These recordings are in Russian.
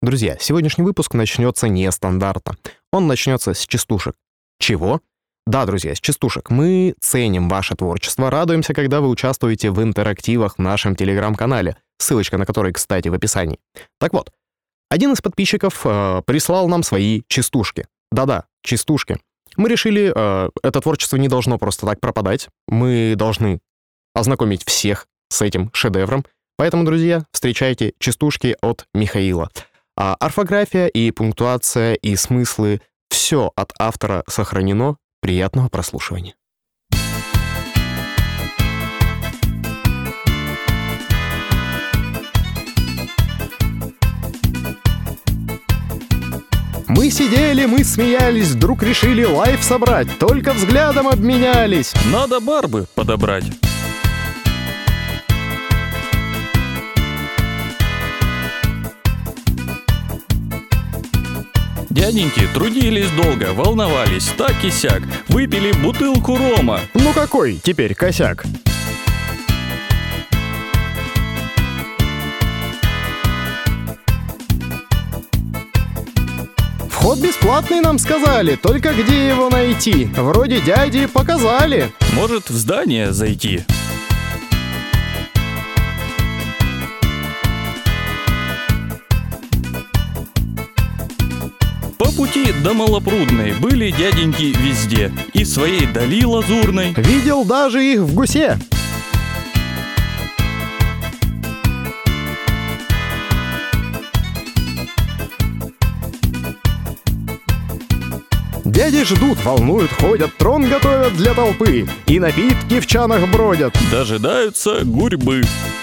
Друзья, сегодняшний выпуск начнется нестандартно. Он начнется с частушек. Чего? Да, друзья, с частушек. Мы ценим ваше творчество, радуемся, когда вы участвуете в интерактивах в нашем телеграм-канале, ссылочка на который, кстати, в описании. Так вот, один из подписчиков прислал нам свои частушки. Да-да, частушки. Мы решили, это творчество не должно просто так пропадать. Мы должны ознакомить всех с этим шедевром. Поэтому, друзья, встречайте частушки от Михаила. Орфография и пунктуация, и смыслы — все от автора сохранено. Приятного прослушивания. Мы сидели, мы смеялись, вдруг решили лайв собрать, только взглядом обменялись. Надо барбы подобрать. Дяденьки трудились долго, волновались, так и сяк. Выпили бутылку рома. Ну какой теперь косяк? Вход бесплатный, нам сказали, только где его найти? Вроде дяди показали. Может, в здание зайти? По пути до Малопрудной были дяденьки везде, и в своей дали лазурной. Видел даже их в гусе. Дяди ждут, волнуют, ходят, трон готовят для толпы, и напитки в чанах бродят. Дожидаются гурьбы.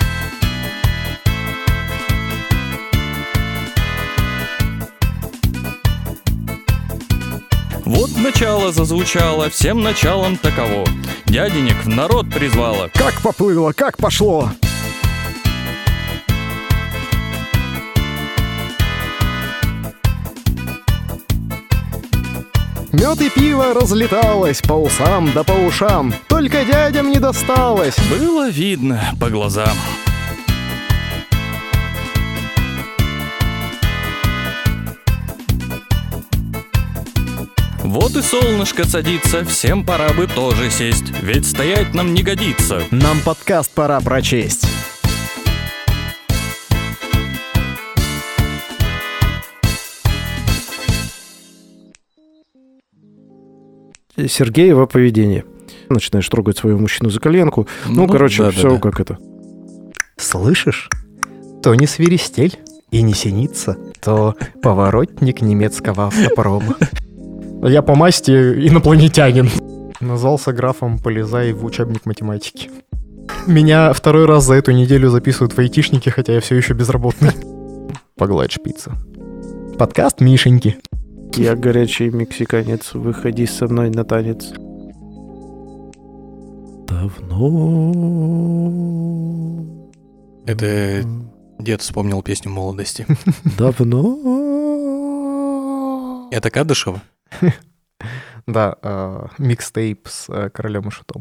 Вот начало зазвучало, всем началом таково. Дяденек в народ призвало. Как поплыло, как пошло! Мед и пиво разлеталось по усам да по ушам, только дядям не досталось. Было видно по глазам. Вот и солнышко садится, всем пора бы тоже сесть, ведь стоять нам не годится. Нам подкаст пора прочесть. Сергеево поведение. Начинаешь трогать своего мужчину за коленку. Все как это. Слышишь? То не свиристель и не синица, то поворотник немецкого автопрома. Я по масти инопланетянин. Назвался графом Полезай в учебник математики. Меня второй раз за эту неделю записывают в айтишники, хотя я все еще безработный. Погладь шпица. Подкаст Мишеньки. Я горячий мексиканец, выходи со мной на танец. Давно. Это дед вспомнил песню молодости. Давно. Это Кадышева? Да, микстейп с Королем и Шутом.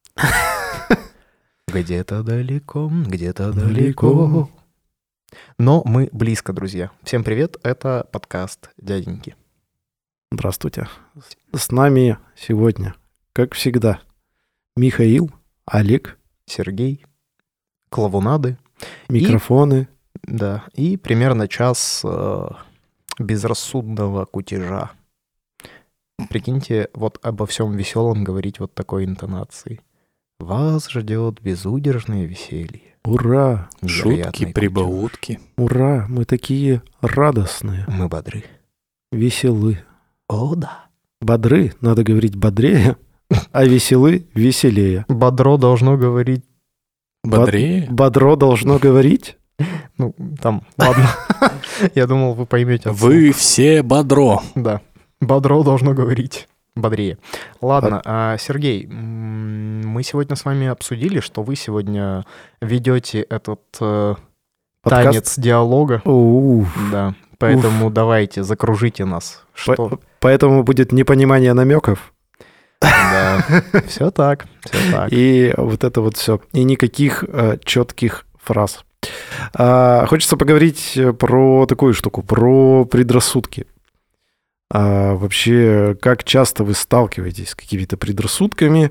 Где-то далеко, где-то далеко. Но мы близко, друзья. Всем привет, это подкаст «Дяденьки». Здравствуйте. С нами сегодня, как всегда, Михаил, Олег, Сергей, клоунады, микрофоны. И примерно час безрассудного кутежа. Прикиньте, вот обо всем веселом говорить вот такой интонацией. Вас ждет безудержное веселье. Ура! Шутки, прибаутки. Ура! Мы такие радостные. Мы бодры. Веселы. О, да. Бодры, надо говорить бодрее, а веселы веселее. Бодро должно говорить... Бодрее? Бодро должно говорить? Ну, там, ладно. Я думал, вы поймете. Вы все бодро. Да. Бодро должно говорить бодрее. Ладно, Сергей, мы сегодня с вами обсудили, что вы сегодня ведете этот танец диалога. Да, поэтому давайте, закружите нас. Что? Поэтому будет непонимание намеков. Да, все так, все так. И вот это вот все. И никаких четких фраз. Хочется поговорить про такую штуку, про предрассудки. Вообще, как часто вы сталкиваетесь с какими-то предрассудками?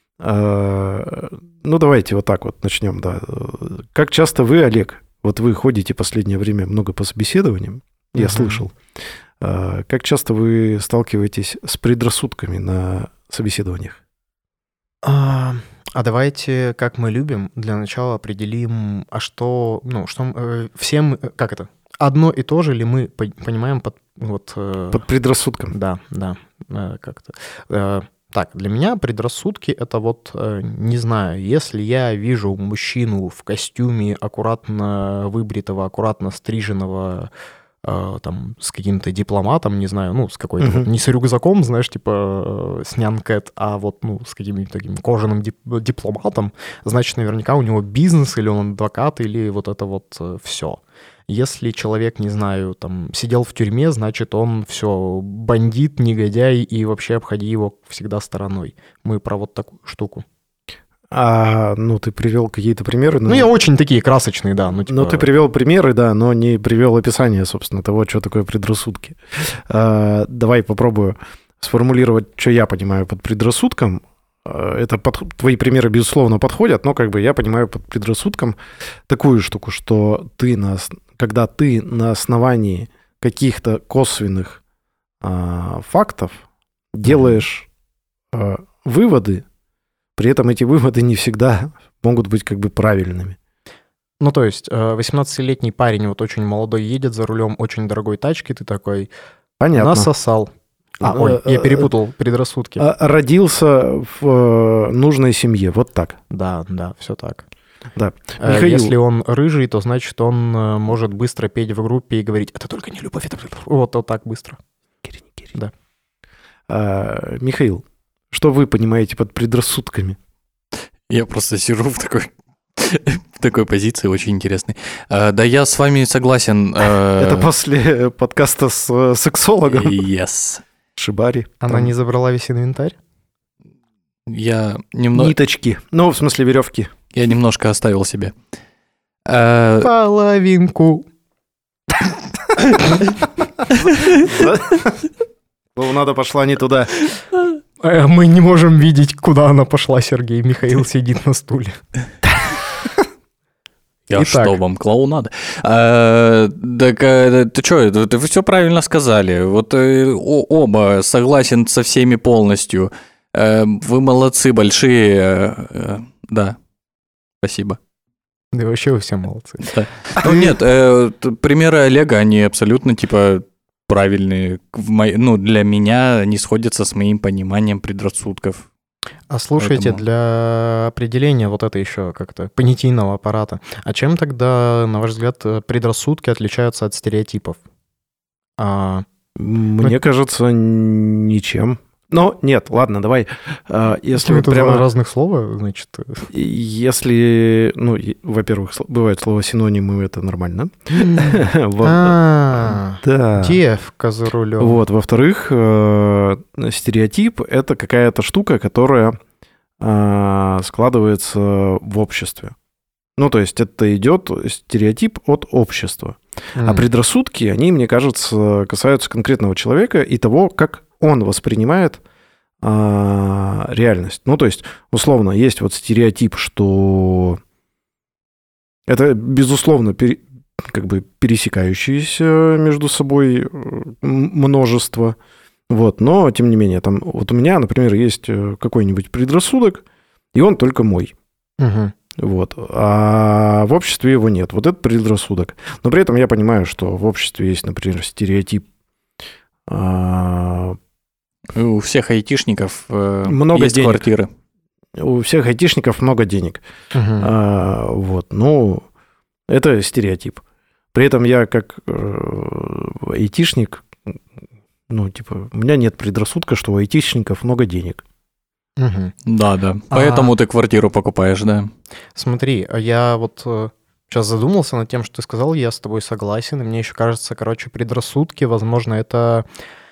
Ну, давайте вот так вот начнем, да. Как часто вы, Олег, вот вы ходите в последнее время много по собеседованиям, я слышал. Как часто вы сталкиваетесь с предрассудками на собеседованиях? А давайте, как мы любим, для начала определим, что всем, как это, одно и то же ли мы понимаем под предрассудком? Да, как-то. Так, для меня предрассудки — это не знаю, если я вижу мужчину в костюме аккуратно выбритого, аккуратно стриженного, там, с каким-то дипломатом, не знаю, с какой-то, не с рюкзаком, знаешь, типа с нянкэт, а с каким-нибудь таким кожаным дипломатом, значит, наверняка у него бизнес, или он адвокат, или это все. Если человек, не знаю, там, сидел в тюрьме, значит, он все бандит, негодяй, и вообще обходи его всегда стороной. Мы про такую штуку. Ты привел какие-то примеры? Я очень такие красочные, да. Ты привел примеры, да, но не привел описание, собственно, того, что такое предрассудки. Давай попробую сформулировать, что я понимаю под предрассудком. Это твои примеры, безусловно, подходят, но я понимаю под предрассудком такую штуку, что когда ты на основании каких-то косвенных фактов делаешь выводы, при этом эти выводы не всегда могут быть правильными. То есть 18-летний парень очень молодой едет за рулем очень дорогой тачки, ты такой, понятно, насосал. Я перепутал предрассудки. Родился в нужной семье, вот так. Да, все так. Да. Михаил... Если он рыжий, то значит, он может быстро петь в группе и говорить, это только не любовь, это вот так быстро. Кири. Да. Михаил, что вы понимаете под предрассудками? Я просто сижу в такой позиции, очень интересной. Да, я с вами согласен. Это после подкаста с сексологом? Yes. Шибари. Она не забрала весь инвентарь? Я немного... Ниточки. В смысле веревки. Я немножко оставил себе. Половинку. Надо пошла не туда. Мы не можем видеть, куда она пошла, Сергей. Михаил сидит на стуле. Что вам, клоунада? Так ты что, вы все правильно сказали. Оба согласен со всеми полностью. Вы молодцы большие. Да, спасибо. Да вообще вы все молодцы. Да. Нет, примеры Олега, они абсолютно правильные. Для меня они сходятся с моим пониманием предрассудков. А слушайте, для определения это еще как-то понятийного аппарата, а чем тогда, на ваш взгляд, предрассудки отличаются от стереотипов? Мне кажется, ничем. Но нет, ладно, давай. Если это прямо разных слова, значит... Если, во-первых, бывают слова синонимы, это нормально. Девка за рулем. Во-вторых, стереотип — это какая-то штука, которая складывается в обществе. То есть это идет стереотип от общества. А предрассудки, они, мне кажется, касаются конкретного человека и того, как он воспринимает реальность. То есть, условно, есть стереотип, что это, безусловно, пересекающиеся между собой множество. Но, тем не менее, там, у меня, например, есть какой-нибудь предрассудок, и он только мой. А в обществе его нет. Это предрассудок. Но при этом я понимаю, что в обществе есть, например, стереотип. У всех айтишников много есть денег. Квартиры. У всех айтишников много денег. Это стереотип. При этом я как айтишник, у меня нет предрассудка, что у айтишников много денег. Да. Поэтому ты квартиру покупаешь, да. Смотри, я сейчас задумался над тем, что ты сказал, я с тобой согласен, и мне еще кажется, предрассудки, возможно, это...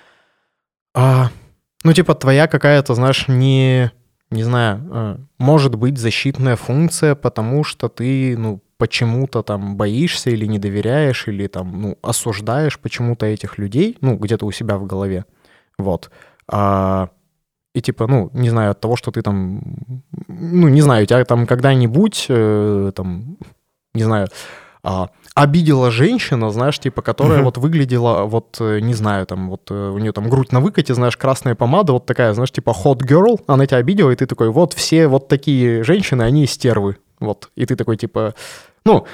твоя какая-то, знаешь, не знаю, может быть защитная функция, потому что ты, почему-то там боишься или не доверяешь, или там, ну, осуждаешь почему-то этих людей, ну, где-то у себя в голове, вот. И типа, ну, не знаю, от того, что ты там, ну, не знаю, тебя там когда-нибудь, там, не знаю, обидела женщина, знаешь, типа, которая вот выглядела, вот, не знаю, там, вот у нее там грудь на выкате, знаешь, красная помада, вот такая, знаешь, типа hot girl, она тебя обидела, и ты такой, вот все вот такие женщины, они стервы, вот. И ты такой, типа, ну,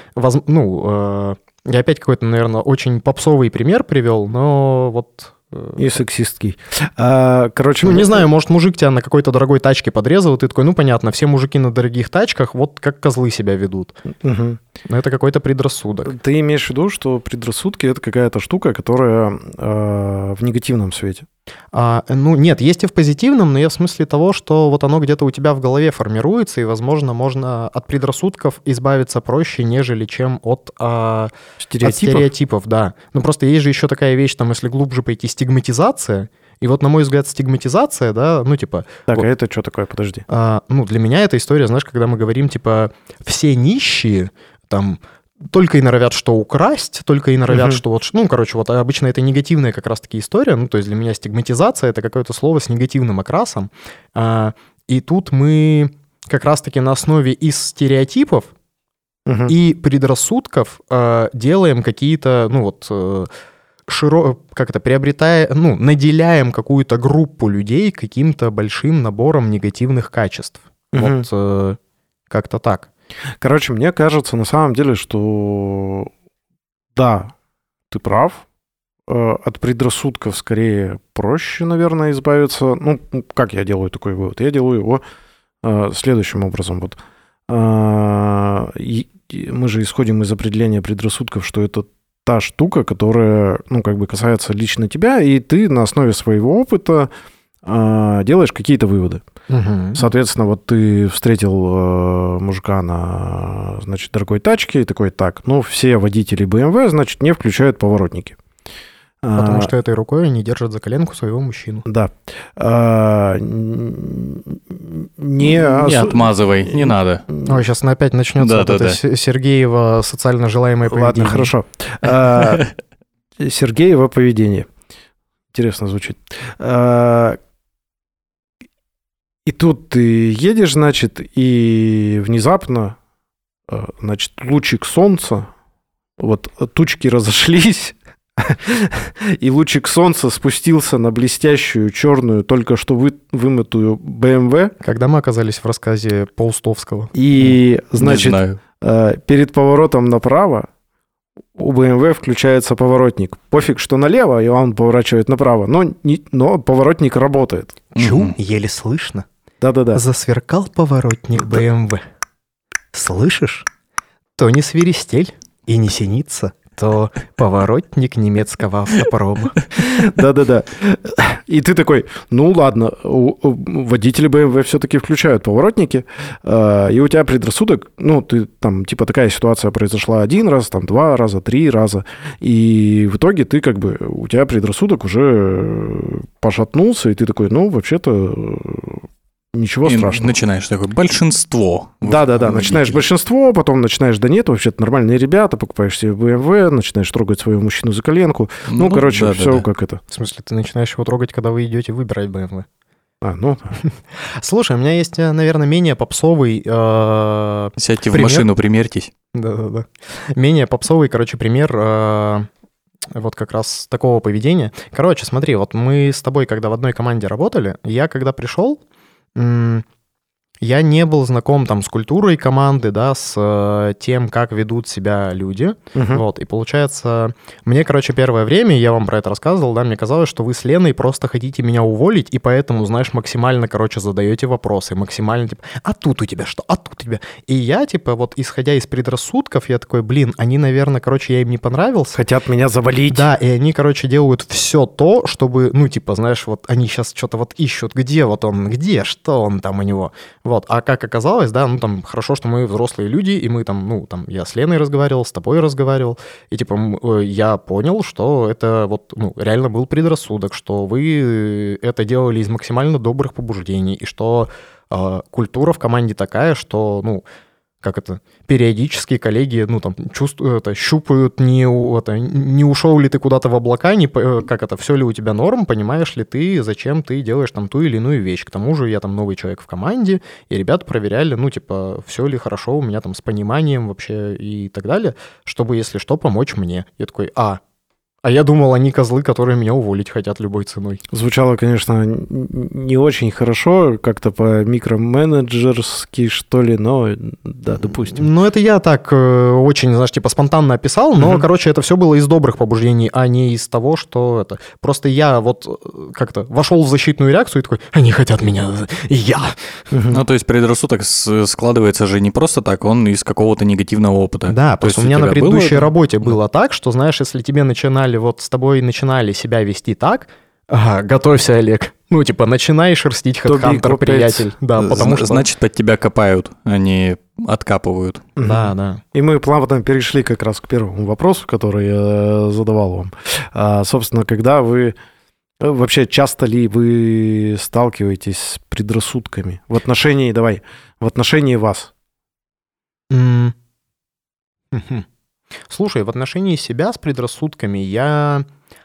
я опять какой-то, наверное, очень попсовый пример привел, но вот... И сексистский. Короче... Ну, не знаю, может, мужик тебя на какой-то дорогой тачке подрезал, и ты такой, ну, понятно, все мужики на дорогих тачках вот как козлы себя ведут. Угу. Но это какой-то предрассудок. Ты имеешь в виду, что предрассудки — это какая-то штука, которая в негативном свете? Ну, нет, есть и в позитивном, но я в смысле того, что вот оно где-то у тебя в голове формируется, и, возможно, можно от предрассудков избавиться проще, нежели чем от стереотипов, да. Ну, просто есть же еще такая вещь, там, если глубже пойти, стигматизация. И вот, на мой взгляд, стигматизация, да, ну, типа... Так, вот, а это что такое? Подожди. Ну, для меня эта история, знаешь, когда мы говорим, типа, все нищие, там... Только и норовят что украсть, только и норовят что вот... Ну, короче, вот обычно это негативная как раз-таки история. Ну, то есть для меня стигматизация — это какое-то слово с негативным окрасом. И тут мы как раз-таки на основе из стереотипов и предрассудков делаем какие-то, ну, вот... приобретая, ну, наделяем какую-то группу людей каким-то большим набором негативных качеств. Вот как-то так. Короче, мне кажется, на самом деле, что да, ты прав. От предрассудков скорее проще, наверное, избавиться. Ну, как я делаю такой вывод? Я делаю его следующим образом. Вот. Мы же исходим из определения предрассудков, что это та штука, которая, ну, как бы касается лично тебя, и ты на основе своего опыта делаешь какие-то выводы. Соответственно, вот ты встретил мужика на, значит, дорогой тачке и такой, так, ну, все водители BMW, значит, не включают поворотники. Потому что этой рукой они держат за коленку своего мужчину. Да. Не отмазывай, не надо. Ой, сейчас опять начнется Сергеева социально желаемое поведение. Ладно, хорошо. Сергеева поведение. Интересно звучит. И тут ты едешь, значит, и внезапно, значит, лучик солнца, вот тучки разошлись, и лучик солнца спустился на блестящую, черную, только что вымытую BMW. Когда мы оказались в рассказе Паустовского? И, значит, перед поворотом направо у BMW включается поворотник. Пофиг, что налево, и он поворачивает направо, но поворотник работает. Чу, еле слышно. Да-да-да. Засверкал поворотник BMW. Слышишь? То не свиристель и не синица, то поворотник немецкого автопрома. Да-да-да. И ты такой, ну ладно, водители BMW все-таки включают поворотники, и у тебя предрассудок, ну, ты там, типа, такая ситуация произошла 1 раз, там, 2 раза, 3 раза, и в итоге ты как бы, у тебя предрассудок уже пошатнулся, и ты такой, ну, вообще-то... Ничего страшного. Начинаешь такое большинство. Да-да-да, начинаешь большинство, потом начинаешь, да нет, вообще-то нормальные ребята, покупаешь себе BMW, начинаешь трогать своего мужчину за коленку. Ну, короче, да, все как это. В смысле, ты начинаешь его трогать, когда вы идете выбирать BMW? Ну... Слушай, у меня есть, наверное, менее попсовый Сядьте в машину, примерьтесь. Да-да-да. Менее попсовый, короче, пример... вот как раз такого поведения. Короче, смотри, вот мы с тобой, когда в одной команде работали, я когда пришел, я не был знаком там с культурой команды, да, с тем, как ведут себя люди, вот, и получается, мне, короче, первое время, я вам про это рассказывал, да, мне казалось, что вы с Леной просто хотите меня уволить, и поэтому, знаешь, максимально, короче, задаете вопросы, максимально, типа, а тут у тебя что, а тут у тебя, и я, типа, вот, исходя из предрассудков, я такой, блин, они, наверное, короче, я им не понравился. Хотят меня завалить. Да, и они, короче, делают все то, чтобы, ну, типа, знаешь, вот, они сейчас что-то вот ищут, где вот он, где, что он там у него. Вот, а как оказалось, да, ну, там, хорошо, что мы взрослые люди, и мы там, ну, там, я с Леной разговаривал, с тобой разговаривал, и, типа, я понял, что это вот, ну, реально был предрассудок, что вы это делали из максимально добрых побуждений, и что культура в команде такая, что, ну, периодически коллеги, чувствуют, щупают, не ушел ли ты куда-то в облака, все ли у тебя норм, понимаешь ли ты, зачем ты делаешь там ту или иную вещь. К тому же я там новый человек в команде, и ребята проверяли, все ли хорошо у меня там с пониманием вообще и так далее, чтобы, если что, помочь мне. Я такой, а я думал, они козлы, которые меня уволить хотят любой ценой. Звучало, конечно, не очень хорошо, как-то по-микроменеджерски, что ли, но да, допустим. Это я так очень, спонтанно описал, но, это все было из добрых побуждений, а не из того, что это... Просто я вошел в защитную реакцию и такой, они хотят меня, и я. То есть предрассудок складывается же не просто так, он из какого-то негативного опыта. Да, просто у меня на предыдущей работе было так, что, если тебе с тобой начинали себя вести так, готовься, Олег. Начинай шерстить HeadHunter, приятель. Да, потому что... Значит, под тебя копают, они откапывают. Да. И мы плавно перешли как раз к первому вопросу, который я задавал вам. Собственно, когда вы... Вообще, часто ли вы сталкиваетесь с предрассудками в отношении вас? Слушай, в отношении себя с предрассудками я,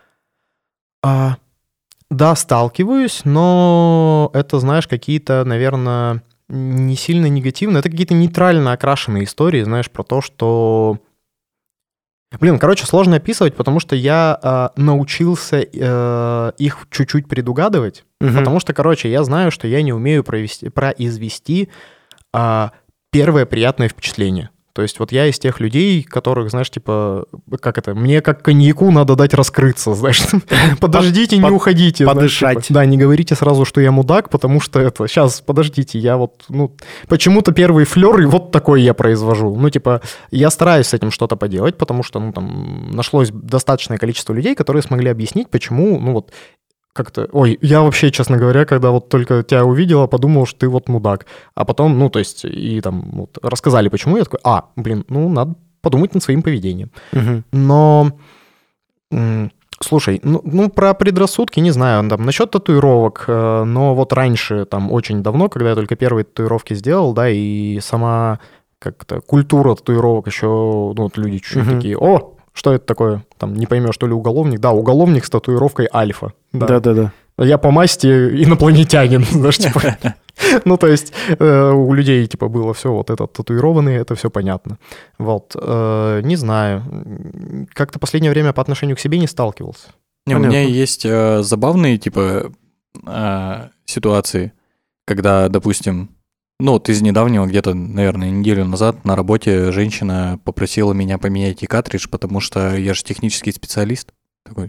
сталкиваюсь, но это, какие-то, наверное, не сильно негативные, это какие-то нейтрально окрашенные истории, про то, что... сложно описывать, потому что я научился их чуть-чуть предугадывать, потому что, я знаю, что я не умею произвести первое приятное впечатление. То есть я из тех людей, которых, мне как коньяку надо дать раскрыться, подождите, не уходите. Подышать. Не говорите сразу, что я мудак, потому что сейчас, подождите, я почему-то первый флёр, и вот такой я произвожу. Я стараюсь с этим что-то поделать, потому что, нашлось достаточное количество людей, которые смогли объяснить, почему, я вообще, честно говоря, когда только тебя увидела, подумал, что ты мудак. А потом, рассказали, почему. Я такой, надо подумать над своим поведением. Но, слушай, про предрассудки не знаю, насчет татуировок, но раньше, очень давно, когда я только первые татуировки сделал, да, и сама культура татуировок еще, люди чуть-чуть такие, что это такое? Не поймешь, то ли уголовник. Да, уголовник с татуировкой альфа. Да. Я по масти инопланетянин, то есть у людей, было все это татуированные, это все понятно. Не знаю. Как-то последнее время по отношению к себе не сталкивался. У меня есть забавные, ситуации, когда, допустим, из недавнего, где-то, наверное, неделю назад на работе женщина попросила меня поменять ей картридж, потому что я же технический специалист. Такой,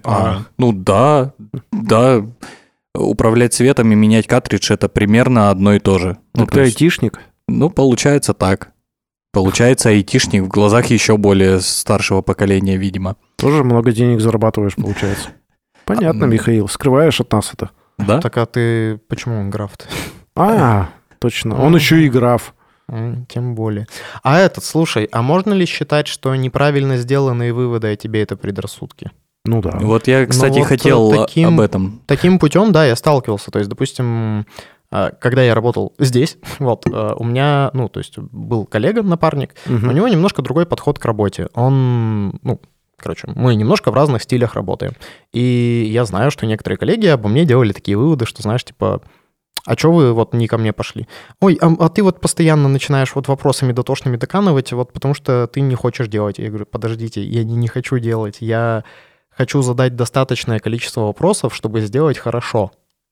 да, управлять светом и менять картридж — это примерно одно и то же. Ты айтишник? Получается так. Получается, айтишник в глазах еще более старшего поколения, видимо. Тоже много денег зарабатываешь, получается. Понятно, Михаил, скрываешь от нас это. Да? Так а ты почему граф-то? Точно. Он еще и граф. Тем более. Слушай, а можно ли считать, что неправильно сделанные выводы о тебе — это предрассудки? Да. Я, кстати, хотел об этом. Таким путем, да, я сталкивался. То есть, допустим, когда я работал здесь, у меня, был коллега, напарник, у него немножко другой подход к работе. Он, мы немножко в разных стилях работаем. И я знаю, что некоторые коллеги обо мне делали такие выводы, что, а что вы не ко мне пошли? Ой, а ты постоянно начинаешь вопросами дотошными доканывать, потому что ты не хочешь делать. Я говорю, подождите, я не хочу делать, я хочу задать достаточное количество вопросов, чтобы сделать хорошо.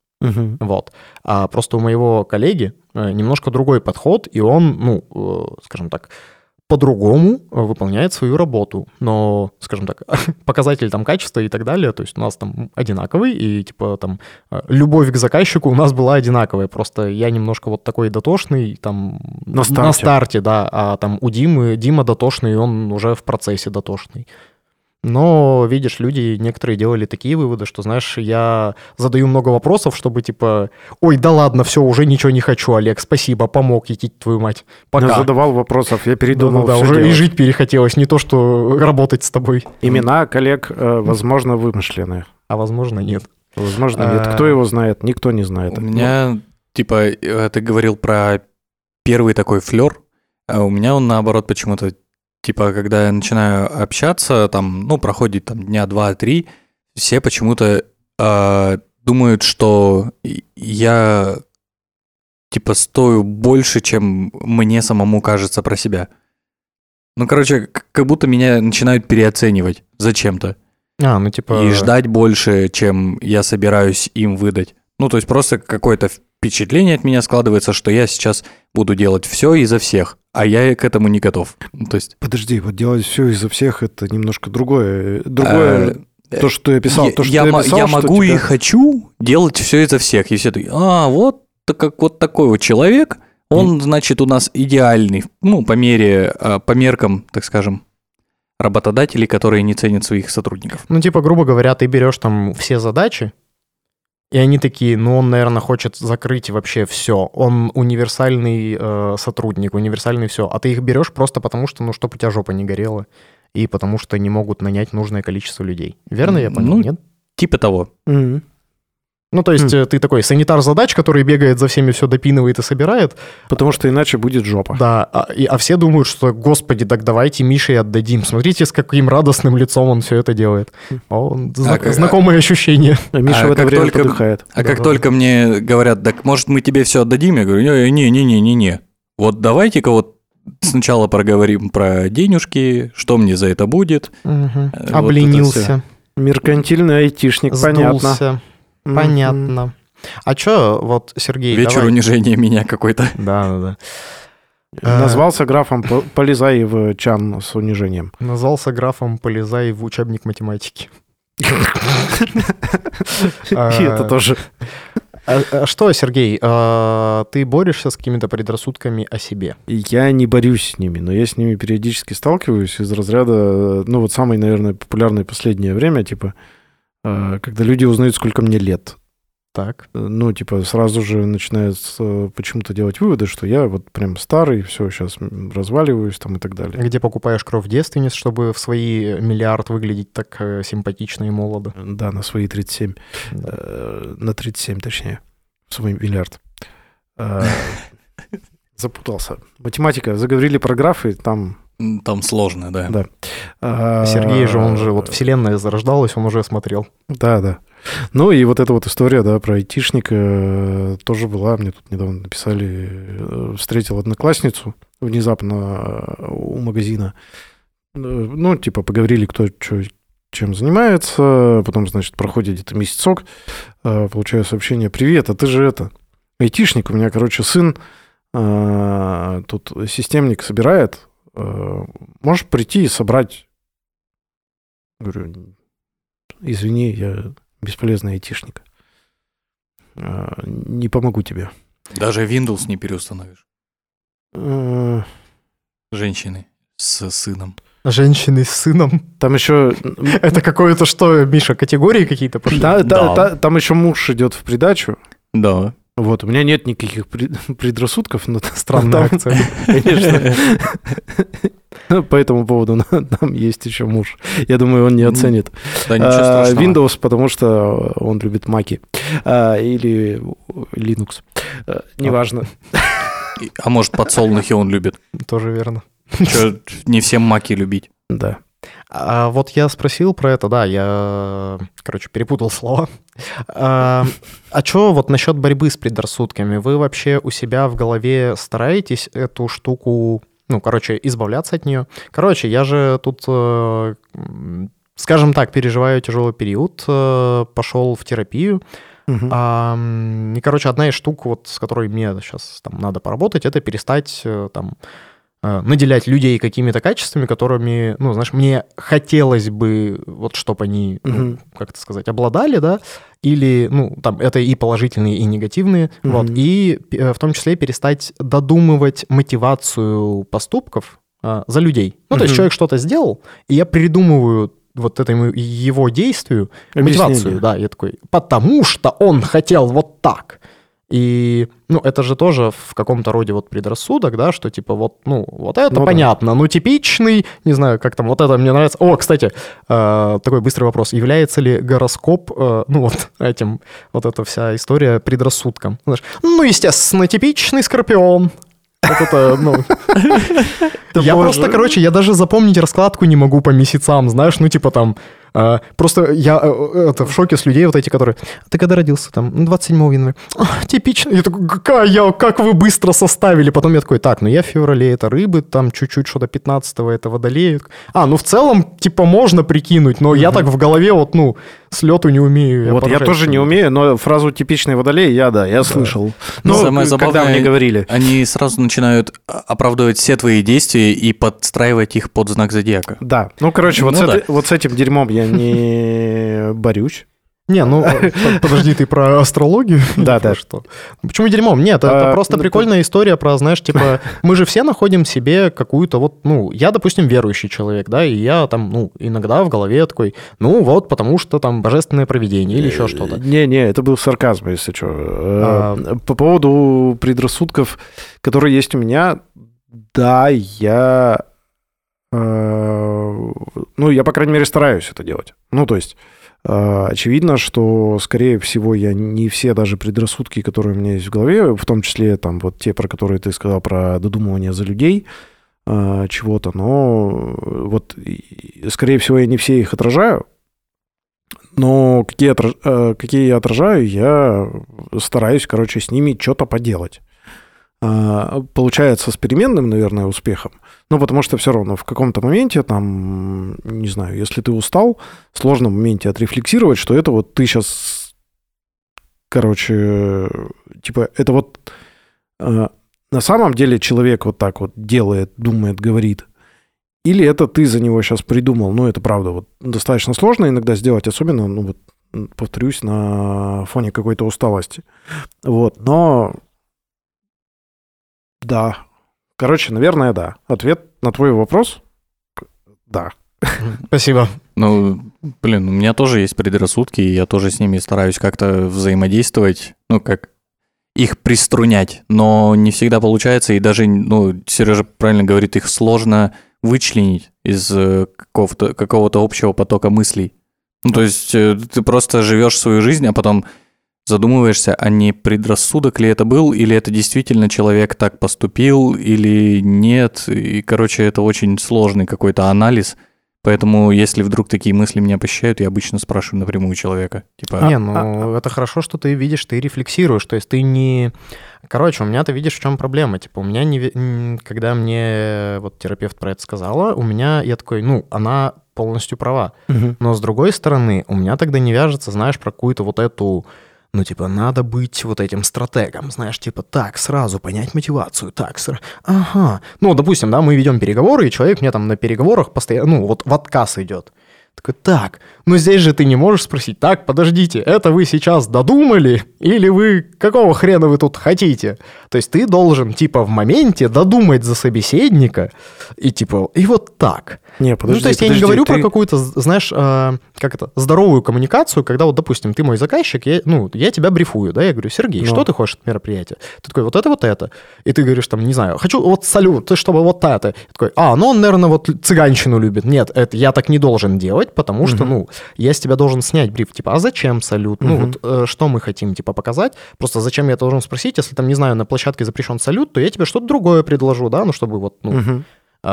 А просто у моего коллеги немножко другой подход, и он, скажем так, по-другому выполняет свою работу. Но, скажем так, показатель качества и так далее, то есть у нас одинаковый, и любовь к заказчику у нас была одинаковая. Просто я немножко такой дотошный на старте, да, а у Дима дотошный, и он уже в процессе дотошный. Но, видишь, люди некоторые делали такие выводы, что, я задаю много вопросов, чтобы, ой, да ладно, все, уже ничего не хочу, Олег, спасибо, помог, идти твою мать, пока. Я задавал вопросов, я передумал. Да, уже делать. И жить перехотелось, не то, что работать с тобой. Имена коллег, возможно, вымышленные. А возможно, нет. Возможно, нет. Кто его знает? Никто не знает. У меня, ты говорил про первый такой флёр. А у меня он наоборот почему-то, типа, когда я начинаю общаться, там, ну, проходит там дня 2-3, все почему-то думают, что я, типа, стою больше, чем мне самому кажется про себя. Ну, короче, как будто меня начинают переоценивать зачем-то. Ну типа... И ждать больше, чем я собираюсь им выдать. Ну, то есть просто какое-то впечатление от меня складывается, что я сейчас буду делать все изо всех, а я к этому не готов. Ну, то есть... Подожди, вот делать все изо всех — это немножко другое. То, что я писал, я могу и хочу делать все изо всех. И все такие, вот такой вот человек, он, значит, у нас идеальный, ну, по меркам, так скажем, работодателей, которые не ценят своих сотрудников. Ну, типа, грубо говоря, ты берешь там все задачи, и они такие, он, наверное, хочет закрыть вообще все. Он универсальный сотрудник, универсальный все. А ты их берешь просто потому, что, чтобы у тебя жопа не горела, и потому что не могут нанять нужное количество людей. Верно я понял, нет? Типа того. Mm-hmm. Ну, то есть ты такой санитар задач, который бегает за всеми, все допинывает и собирает. Потому что иначе будет жопа. Да, а все думают, что, господи, так давайте Мише отдадим. Смотрите, с каким радостным лицом он все это делает. Знакомое ощущение. А Миша в это время подыхает. Как только мне говорят, так может мы тебе все отдадим, я говорю, не. Вот давайте-ка вот сначала проговорим про денежки, что мне за это будет. Обленился. Меркантильный айтишник, понятно. Понятно. А что, вот, Сергей, вечер унижения меня какой-то. Да. Назвался графом, полезай в чан с унижением. Назвался графом, полезай в учебник математики. Это тоже. А что, Сергей, ты борешься с какими-то предрассудками о себе? Я не борюсь с ними, но я с ними периодически сталкиваюсь из разряда, вот самый, наверное, популярный последнее время, типа, когда люди узнают, сколько мне лет. Так. Сразу же начинают почему-то делать выводы, что я вот прям старый, все, сейчас разваливаюсь там и так далее. Где покупаешь кровь девственниц, чтобы в свои миллиард выглядеть так симпатично и молодо? Да, на свои 37. На 37, точнее. Свой миллиард. Запутался. Математика. Заговорили про графы, там сложно, да. Да. Сергей же, он же, вот вселенная зарождалась, он уже смотрел. Да. Ну и вот эта вот история, да, про айтишника тоже была. Мне тут недавно написали, встретил одноклассницу внезапно у магазина. Ну, типа, поговорили, кто чем занимается. Потом, значит, проходит где-то месяцок, получаю сообщение: привет, а ты же айтишник. У меня, сын тут системник собирает. Можешь прийти и собрать? Говорю, извини, я бесполезный айтишник. Не помогу тебе. Даже Windows не переустановишь. Женщины с сыном. Женщины с сыном? Там еще... Это какое-то что, Миша, категории какие-то пошли? Да. Там еще муж идет в придачу. Да. Вот, у меня нет никаких предрассудков, но странная акция. Конечно. По этому поводу нам есть еще муж. Я думаю, он не оценит. Да, ничего страшного. Windows, потому что он любит Mac'и. Или Linux. Неважно. А может, подсолнухи он любит. Тоже верно. Что, не всем Mac'и любить. Да. А вот я спросил про это, да, я, перепутал слова. А что вот насчет борьбы с предрассудками? Вы вообще у себя в голове стараетесь эту штуку, избавляться от нее? Я же тут, скажем так, переживаю тяжелый период, пошел в терапию. Угу. И, одна из штук, вот, с которой мне сейчас надо поработать, это перестать наделять людей какими-то качествами, которыми, мне хотелось бы, вот, чтобы они, обладали, да, или, это и положительные, и негативные, вот, и в том числе перестать додумывать мотивацию поступков за людей. То есть человек что-то сделал, и я придумываю вот этому его действию мотивацию, да, я такой, потому что он хотел вот так. И, это же тоже в каком-то роде вот предрассудок, да, что типа вот это понятно, да. Типичный, не знаю, как там, вот это мне нравится. О, кстати, такой быстрый вопрос. Является ли гороскоп, вот эта вся история предрассудком? Знаешь, естественно, типичный Скорпион. Вот это, ну... Я просто, короче, я даже запомнить раскладку не могу по месяцам, знаешь, ну, типа там... Просто я в шоке с людей вот эти, которые... Ты когда родился? Там, 27 января. Типично. Я такой, как вы быстро составили? Потом я такой, так, ну я в феврале это рыбы, там чуть-чуть что-то 15-го это водолеи. Ну в целом, типа, можно прикинуть, но я так в голове вот, ну, с лету не умею. Вот я тоже не умею, но фразу «типичный водолей» я слышал. Ну, самое забавное, когда мне говорили. Они сразу начинают оправдывать все твои действия и подстраивать их под знак зодиака. Да, ну, короче, вот с этим дерьмом я не борюсь. Не, ну, подожди, ты про астрологию? Да, да. Что? Почему дерьмом? Нет, это просто прикольная история про, знаешь, типа, мы же все находим в себе какую-то вот, ну, я, допустим, верующий человек, да, и я там, ну, иногда в голове такой, ну, вот, потому что там божественное провидение или еще что-то. Не, это был сарказм, если что. По поводу предрассудков, которые есть у меня, да, я, по крайней мере, стараюсь это делать. Ну, то есть... Очевидно, что, скорее всего, я не все даже предрассудки, которые у меня есть в голове, в том числе там вот те, про которые ты сказал, про додумывание за людей, чего-то, но вот, скорее всего, я не все их отражаю, но какие я отражаю, я стараюсь, короче, с ними что-то поделать. Получается с переменным, наверное, успехом. Ну, потому что все равно в каком-то моменте, там, не знаю, если ты устал, сложно в моменте отрефлексировать, что это вот ты сейчас, короче, типа, это вот на самом деле человек вот так вот делает, думает, говорит, или это ты за него сейчас придумал. Ну, это правда вот достаточно сложно иногда сделать, особенно, ну, вот, повторюсь, на фоне какой-то усталости. Вот, но... Да. Короче, наверное, да. Ответ на твой вопрос – да. Спасибо. Ну, блин, у меня тоже есть предрассудки, и я тоже с ними стараюсь как-то взаимодействовать, ну, как их приструнять, но не всегда получается, и даже, ну, Сережа правильно говорит, их сложно вычленить из какого-то общего потока мыслей. Ну, то есть ты просто живешь свою жизнь, а потом... задумываешься, а не предрассудок ли это был, или это действительно человек так поступил, или нет. И, короче, это очень сложный какой-то анализ. Поэтому, если вдруг такие мысли меня посещают, я обычно спрашиваю напрямую человека. Типа, это хорошо, что ты видишь, ты рефлексируешь. То есть ты не... Короче, у меня ты видишь, в чем проблема. Типа, у меня когда мне вот терапевт про это сказала, я такой, ну, она полностью права. Угу. Но с другой стороны, у меня тогда не вяжется, знаешь, про какую-то вот эту... Ну, типа, надо быть вот этим стратегом, знаешь, типа, так, сразу понять мотивацию, так, ага. Ну, допустим, да, мы ведем переговоры, и человек мне там на переговорах постоянно, ну, вот в отказ идет. Такой, так, ну здесь же ты не можешь спросить, так, подождите, это вы сейчас додумали, или вы, какого хрена вы тут хотите? То есть ты должен, типа, в моменте додумать за собеседника, и типа, и вот так. Не, подожди, ну, то есть я не говорю про какую-то, знаешь, здоровую коммуникацию, когда вот, допустим, ты мой заказчик, я тебя брифую, да, я говорю, Сергей, что ты хочешь от мероприятия? Ты такой, вот это. И ты говоришь, там, не знаю, хочу вот салют, чтобы вот это. Я такой, ну он, наверное, вот цыганщину любит. Нет, это я так не должен делать, потому что, ну, я с тебя должен снять бриф, типа, а зачем салют? Ну, вот что мы хотим, типа, показать? Просто зачем я должен спросить, если там, не знаю, на площадке запрещен салют, то я тебе что-то другое предложу, да, ну, чтобы вот, ну,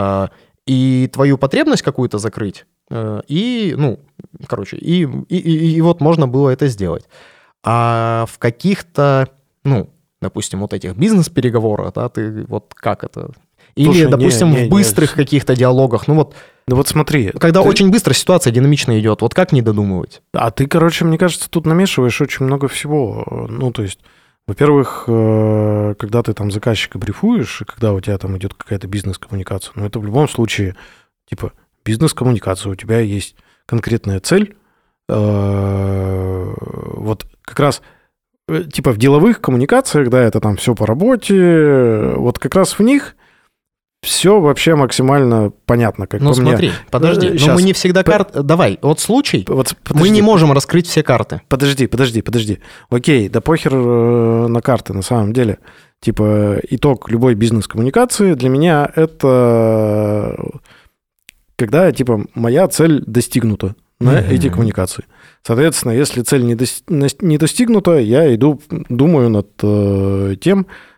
и твою потребность какую-то закрыть, и, ну, короче, и вот можно было это сделать. А в каких-то, ну, допустим, вот этих бизнес-переговорах, да, ты вот как это... Или, слушай, допустим, в быстрых каких-то диалогах, ну вот... Ну вот смотри. Когда очень быстро ситуация динамично идет, вот как не додумывать? А ты, короче, мне кажется, тут намешиваешь очень много всего. Ну, то есть, во-первых, когда ты там заказчика брифуешь, и когда у тебя там идет какая-то бизнес-коммуникация, ну, это в любом случае, типа, бизнес-коммуникация, у тебя есть конкретная цель. Вот как раз, типа, в деловых коммуникациях, да, это там все по работе, вот как раз в них... Все вообще максимально понятно, как ну, по мне. Ну смотри, подожди, но мы не всегда карты... Давай, вот случай, мы не можем раскрыть все карты. Подожди. Окей, да похер на карты на самом деле. Типа итог любой бизнес-коммуникации для меня это когда, типа, моя цель достигнута на эти коммуникации. Соответственно, если цель не достигнута, я думаю над тем,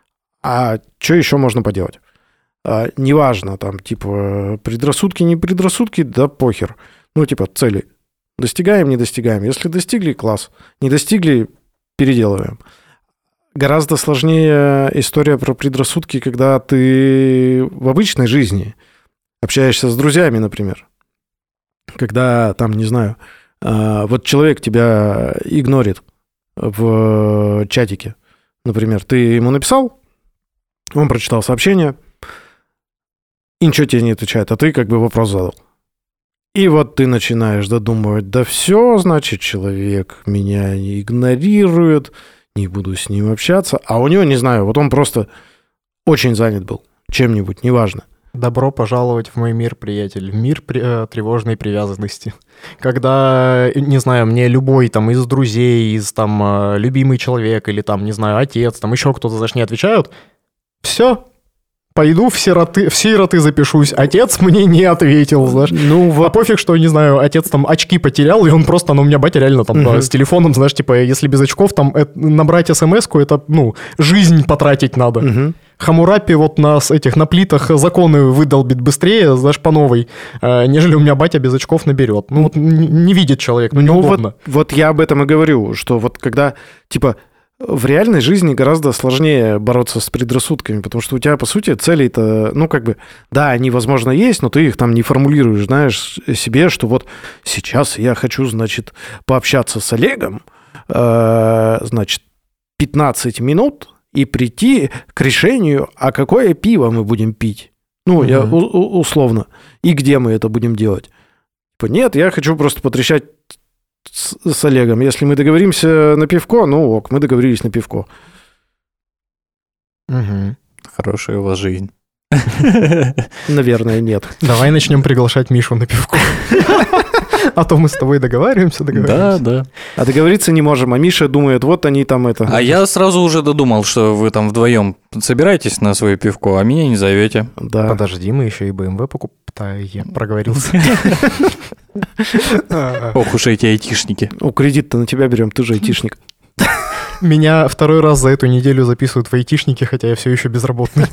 А что еще можно поделать? Неважно, там, типа, предрассудки, не предрассудки, да похер. Ну, типа, цели. Достигаем, не достигаем. Если достигли, класс. Не достигли, переделываем. Гораздо сложнее история про предрассудки, когда ты в обычной жизни общаешься с друзьями, например. Когда, там, не знаю, вот человек тебя игнорит в чатике. Например, ты ему написал, он прочитал сообщение, и ничего тебе не отвечает, а ты как бы вопрос задал. И вот ты начинаешь додумывать, да все, значит, человек меня не игнорирует, не буду с ним общаться. А у него, не знаю, вот он просто очень занят был чем-нибудь, неважно. Добро пожаловать в мой мир, приятель. Мир тревожной привязанности. Когда, не знаю, мне любой там из друзей, из там любимый человек или там, не знаю, отец, там еще кто-то, знаешь, не отвечают, все, пойду в сироты запишусь. Отец мне не ответил, знаешь. Ну, вот. А пофиг, что, не знаю, отец там очки потерял, и он просто, у меня батя реально там с телефоном, знаешь, типа, если без очков, там набрать смс-ку, это, жизнь потратить надо. Хамурапи вот на плитах законы выдолбит быстрее, знаешь, по новой, нежели у меня батя без очков наберет. Ну, вот не видит человек, неудобно. Вот я об этом и говорю, что вот когда, типа, в реальной жизни гораздо сложнее бороться с предрассудками, потому что у тебя, по сути, цели-то, да, они, возможно, есть, но ты их там не формулируешь, знаешь, себе, что вот сейчас я хочу, значит, пообщаться с Олегом, значит, 15 минут и прийти к решению, а какое пиво мы будем пить. Я условно. И где мы это будем делать? Нет, я хочу просто потрещать с Олегом. Если мы договоримся на пивко, мы договорились на пивко. Хорошая у вас жизнь. Наверное, нет. Давай начнем приглашать Мишу на пивко. А то мы с тобой договариваемся. Да. А договориться не можем, а Миша думает, вот они там это... А я сразу уже додумал, что вы там вдвоем собираетесь на свое пивко, а меня не зовете. Да. Подожди, мы еще и BMW покупаем. Проговорился. Ох уж эти айтишники. Кредит-то на тебя берем, ты же айтишник. Меня второй раз за эту неделю записывают в айтишники, хотя я все еще безработный.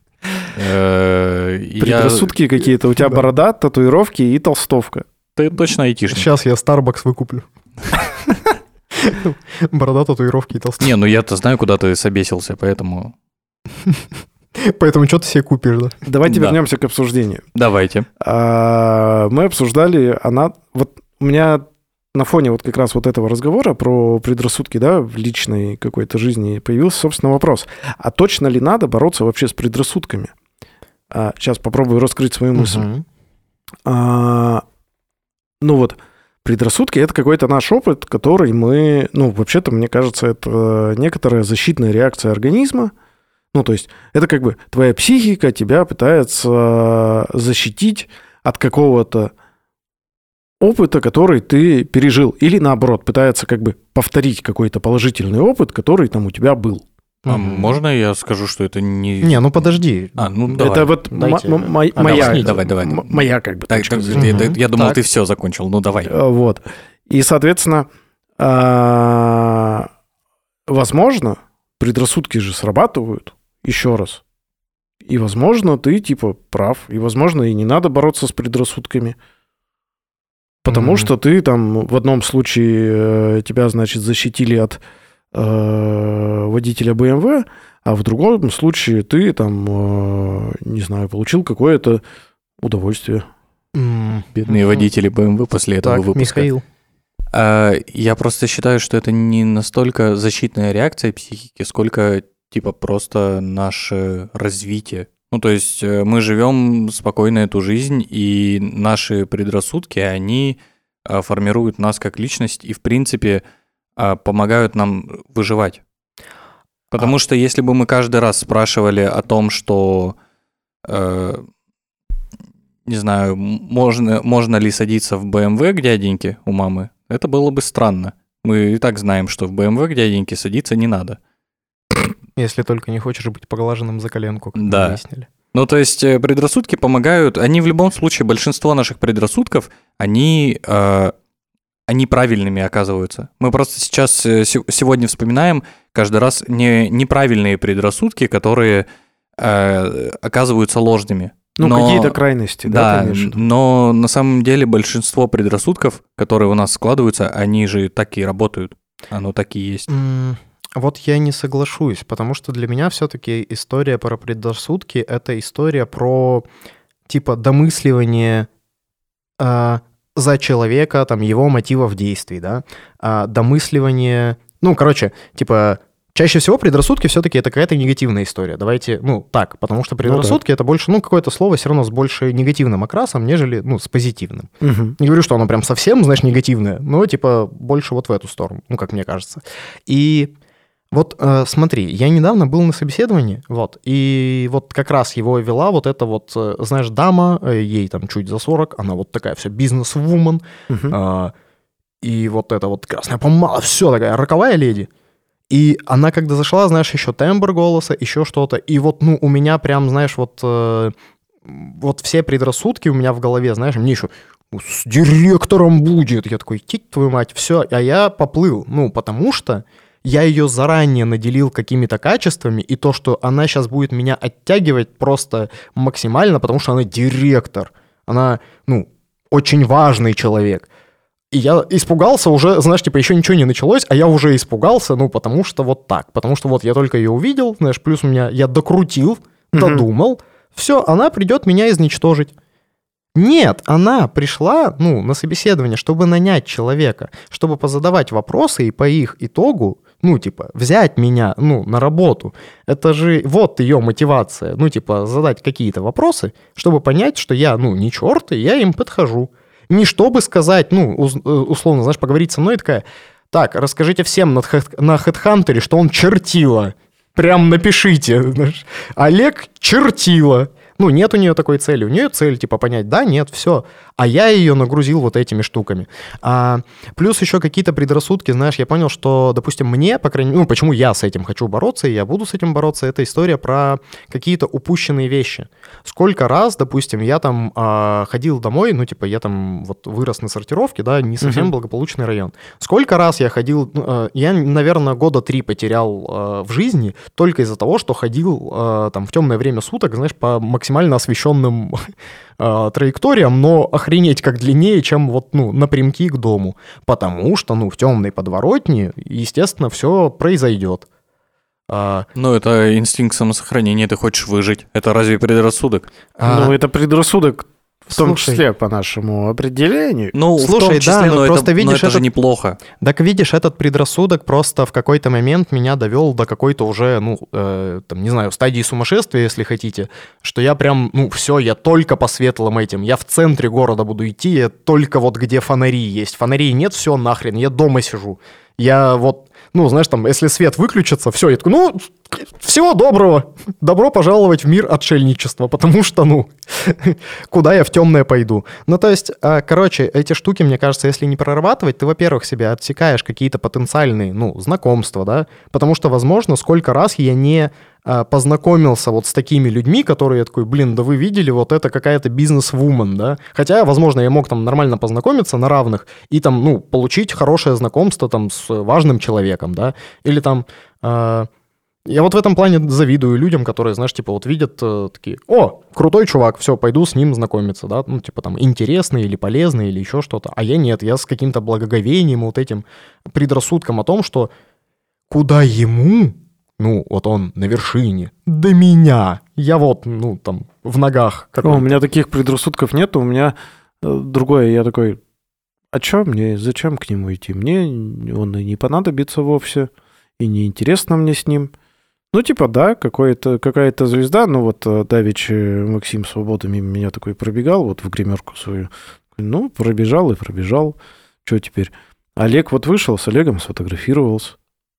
Предрассудки какие-то. У тебя борода, татуировки и толстовка. Ты точно айтишник. Сейчас я Starbucks выкуплю. Борода, татуировки и толстовка. Не, я-то знаю, куда ты собесился, поэтому... Поэтому что ты себе купишь, да? Давайте вернемся к обсуждению. Давайте. Мы обсуждали, вот у меня на фоне вот как раз вот этого разговора про предрассудки, да, в личной какой-то жизни появился, собственно, вопрос. А точно ли надо бороться вообще с предрассудками? Сейчас попробую раскрыть свою мысль. Предрассудки — это какой-то наш опыт, который мы... вообще-то, мне кажется, это некоторая защитная реакция организма. То есть это как бы твоя психика тебя пытается защитить от какого-то опыта, который ты пережил. Или, наоборот, пытается как бы повторить какой-то положительный опыт, который там у тебя был. А можно я скажу, что это не... Не, подожди. Давай. Это вот моя... Давай. Моя как бы точка зрения. Я думал, ты все закончил. Давай. Вот. И, соответственно, возможно, предрассудки же срабатывают еще раз. И, возможно, ты, прав. И, возможно, и не надо бороться с предрассудками. Потому что ты там в одном случае тебя, значит, защитили от водителя BMW, а в другом случае ты там, не знаю, получил какое-то удовольствие. Бедные водители BMW после этого выпуска. Михаил. Я просто считаю, что это не настолько защитная реакция психики, сколько просто наше развитие. То есть мы живем спокойно эту жизнь, и наши предрассудки, они формируют нас как личность и, в принципе, помогают нам выживать. Потому что если бы мы каждый раз спрашивали о том, что, не знаю, можно ли садиться в BMW к дяденьке у мамы, это было бы странно. Мы и так знаем, что в BMW к дяденьке садиться не надо. Если только не хочешь быть поглаженным за коленку, как мы выяснили. То есть предрассудки помогают, они в любом случае, большинство наших предрассудков, они они правильными оказываются. Мы просто сейчас сегодня вспоминаем каждый раз неправильные предрассудки, которые оказываются ложными. Какие-то крайности, да, конечно. Но на самом деле большинство предрассудков, которые у нас складываются, они же так и работают. Оно так и есть. Вот я не соглашусь, потому что для меня все-таки история про предрассудки — это история про, типа, домысливание за человека, там, его мотивов действий, да, домысливание... Чаще всего предрассудки все-таки это какая-то негативная история. Давайте, так, потому что предрассудки это больше, какое-то слово все равно с больше негативным окрасом, нежели, с позитивным. Угу. Не говорю, что оно прям совсем, негативное, но, больше вот в эту сторону, как мне кажется. И вот смотри, я недавно был на собеседовании, и вот как раз его вела вот эта вот, знаешь, дама, ей там чуть за 40, она вот такая вся бизнес-вумен, и вот эта вот красная помада, все такая роковая леди. И она, когда зашла, знаешь, еще тембр голоса, еще что-то. И вот, у меня прям, знаешь, вот все предрассудки у меня в голове, знаешь, мне еще с директором будет. Я такой, твою мать, все. А я поплыл, потому что я ее заранее наделил какими-то качествами, и то, что она сейчас будет меня оттягивать просто максимально, потому что она директор. Она, очень важный человек. И я испугался уже, знаешь, еще ничего не началось, а я уже испугался, потому что вот так. Потому что вот я только ее увидел, знаешь, плюс я докрутил, додумал, все, она придет меня изничтожить. Нет, она пришла, на собеседование, чтобы нанять человека, чтобы позадавать вопросы и по их итогу, взять меня, на работу. Это же вот ее мотивация, задать какие-то вопросы, чтобы понять, что я, не черт, и я им подхожу. Не чтобы сказать, условно, знаешь, поговорить со мной, такая, так, расскажите всем на HeadHunter, что он чертила. Прям напишите. Знаешь, Олег чертила. Нет у нее такой цели. У нее цель, понять, да, нет, все. А я ее нагрузил вот этими штуками. Плюс еще какие-то предрассудки, знаешь, я понял, что, допустим, мне, по крайней мере, почему я с этим хочу бороться, и я буду с этим бороться, это история про какие-то упущенные вещи. Сколько раз, допустим, я там ходил домой, я там вот вырос на сортировке, да, не совсем благополучный район. Сколько раз я ходил, я, наверное, 3 года потерял в жизни только из-за того, что ходил там в темное время суток, знаешь, по максимально освещенным траекториям, но охренеть как длиннее, чем вот, напрямки к дому. Потому что, в темной подворотне, естественно, все произойдет. Это инстинкт самосохранения, ты хочешь выжить. Это разве предрассудок? Это предрассудок в том числе по нашему определению. Слушай, в том числе, но просто видишь, это же неплохо. Так видишь, этот предрассудок просто в какой-то момент меня довел до какой-то уже, не знаю, стадии сумасшествия, если хотите, что я прям, все, я только по светлым этим, я в центре города буду идти, я только вот где фонари есть. Фонарей нет, все нахрен, я дома сижу. Я вот, знаешь, там, если свет выключится, все, я такой, всего доброго, добро пожаловать в мир отшельничества, потому что, куда я в темное пойду. То есть, эти штуки, мне кажется, если не прорабатывать, ты, во-первых, себе отсекаешь какие-то потенциальные, знакомства, да, потому что, возможно, сколько раз я не познакомился вот с такими людьми, которые я такой, да вы видели, вот это какая-то бизнес-вумен, да, хотя, возможно, я мог там нормально познакомиться на равных и там, получить хорошее знакомство там с важным человеком, да, или там... Я вот в этом плане завидую людям, которые, знаешь, вот видят такие, крутой чувак, все, пойду с ним знакомиться, да, там интересный или полезный или еще что-то, а я нет, я с каким-то благоговением, вот этим предрассудком о том, что куда ему, вот он на вершине, до меня, я вот, там, в ногах. У меня таких предрассудков нет, у меня другое, я такой, а что мне, зачем к нему идти, мне он и не понадобится вовсе, и неинтересно мне с ним. Да, какая-то звезда, давеча Максим Свобода мимо меня такой пробегал, вот в гримерку свою. Пробежал и пробежал. Что теперь? Олег вот вышел, с Олегом сфотографировался.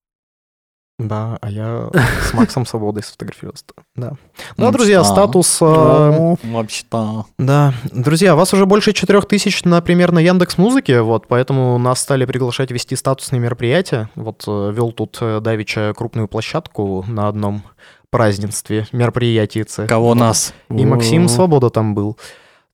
Да, а я с Максом Свободой сфотографировался. Да. Друзья, статус... Вообще-то. Да. Друзья, вас уже больше 4000, например, на Яндекс.Музыке, вот, поэтому нас стали приглашать вести статусные мероприятия. Вот, вел тут давеча крупную площадку на одном празднестве, мероприятии. Кого нас? И Максим Свобода там был.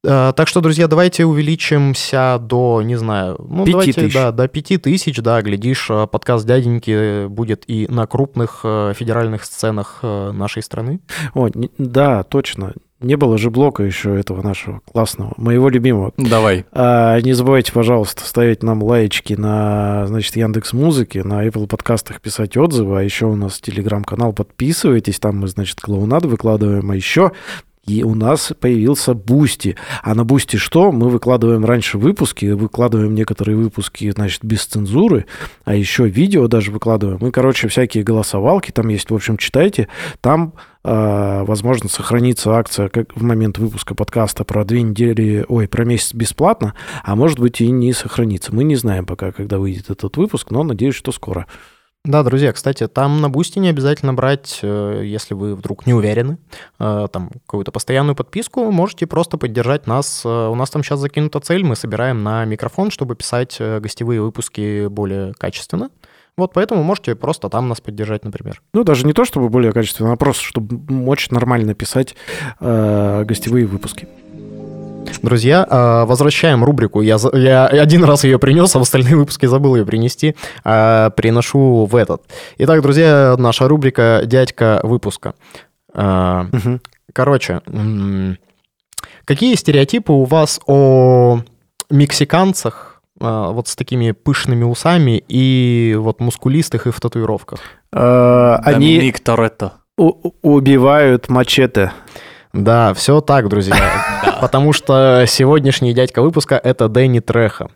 Так что, друзья, давайте увеличимся до, не знаю, 5000. До 5000, да, глядишь, подкаст дяденьки будет и на крупных федеральных сценах нашей страны. Да, точно. Не было же блока еще этого нашего классного, моего любимого. Давай. Не забывайте, пожалуйста, ставить нам лайчики на, Яндекс.Музыке, на Apple подкастах писать отзывы, а еще у нас телеграм-канал, подписывайтесь, там мы, клоунаду выкладываем, а еще и у нас появился Бусти. А на Бусти что? Мы выкладываем раньше выпуски, выкладываем некоторые выпуски, без цензуры, а еще видео даже выкладываем. И, всякие голосовалки там есть. В общем, читайте. Там, возможно, сохранится акция как в момент выпуска подкаста про про месяц бесплатно, а может быть и не сохранится. Мы не знаем пока, когда выйдет этот выпуск, но надеюсь, что скоро. Да, друзья, кстати, там на Бусти не обязательно брать, если вы вдруг не уверены, там какую-то постоянную подписку, можете просто поддержать нас. У нас там сейчас закинута цель, мы собираем на микрофон, чтобы писать гостевые выпуски более качественно. Вот поэтому можете просто там нас поддержать, например. Даже не то, чтобы более качественно, а просто, чтобы очень нормально писать гостевые выпуски. Друзья, возвращаем рубрику. Я один раз ее принес, а в остальные выпуски забыл ее принести. Приношу в этот. Итак, друзья, наша рубрика «Дядька выпуска». Короче, какие стереотипы у вас о мексиканцах вот с такими пышными усами и вот мускулистых и в татуировках? Они Доминик Торетто. убивают мачете. Да, все так, друзья. Потому что сегодняшний дядька выпуска — это Дэнни Трехо.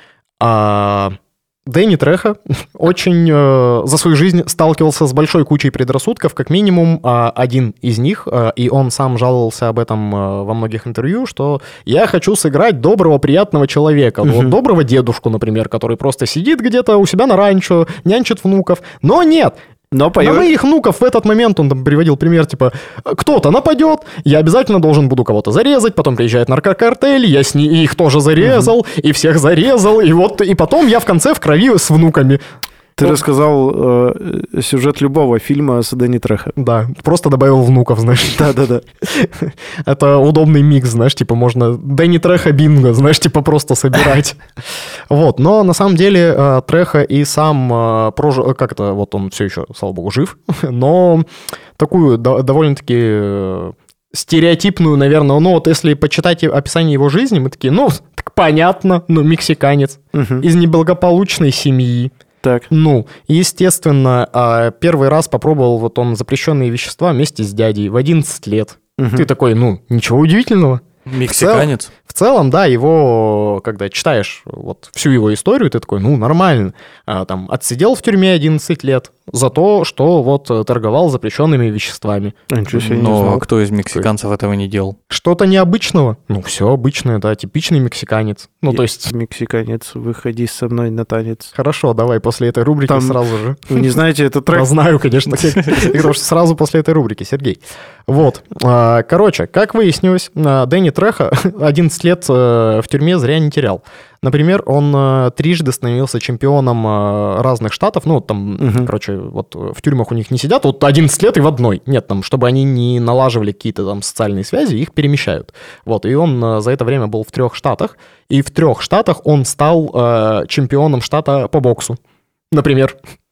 Дэнни Трехо очень за свою жизнь сталкивался с большой кучей предрассудков, как минимум один из них, и он сам жаловался об этом во многих интервью, что я хочу сыграть доброго, приятного человека. Вот доброго дедушку, например, который просто сидит где-то у себя на ранчо, нянчит внуков. Но нет! На моих внуков в этот момент, он там приводил пример, типа, кто-то нападет, я обязательно должен буду кого-то зарезать, потом приезжает наркокартель, я их тоже зарезал, и всех зарезал, и потом я в конце в крови с внуками. Ты рассказал сюжет любого фильма с Дэнни Трехо. Да, просто добавил внуков, знаешь. Да. Это удобный микс, знаешь, типа можно Дэнни Трехо бинго, знаешь, типа просто собирать. Вот, но на самом деле Трехо и сам прожил, как-то вот он все еще, слава богу, жив, но такую довольно-таки стереотипную, наверное, вот если почитать описание его жизни, мы такие, так понятно, мексиканец из неблагополучной семьи. Так. Естественно, первый раз попробовал вот он запрещенные вещества вместе с дядей в 11 лет. Ты такой, ничего удивительного. Мексиканец. В целом, да, его, когда читаешь вот всю его историю, ты такой, нормально. Там отсидел в тюрьме 11 лет за то, что вот торговал запрещенными веществами. Ничего себе, не Но знал. кто из мексиканцев этого не делал? Что-то необычного? Все обычное, да, типичный мексиканец. То есть... Мексиканец, выходи со мной на танец. Хорошо, давай после этой рубрики Там, сразу же. Вы не знаете этот трек? Я знаю, конечно. Потому что сразу после этой рубрики, Сергей. Вот. Короче, как выяснилось, Дэнни Трехо 11 лет в тюрьме зря не терял. Например, он трижды становился чемпионом разных штатов. Короче, вот в тюрьмах у них не сидят, вот 11 лет и в одной. Нет, там, чтобы они не налаживали какие-то там социальные связи, их перемещают. Вот, и он за это время был в 3 штатах, и в 3 штатах он стал чемпионом штата по боксу, например.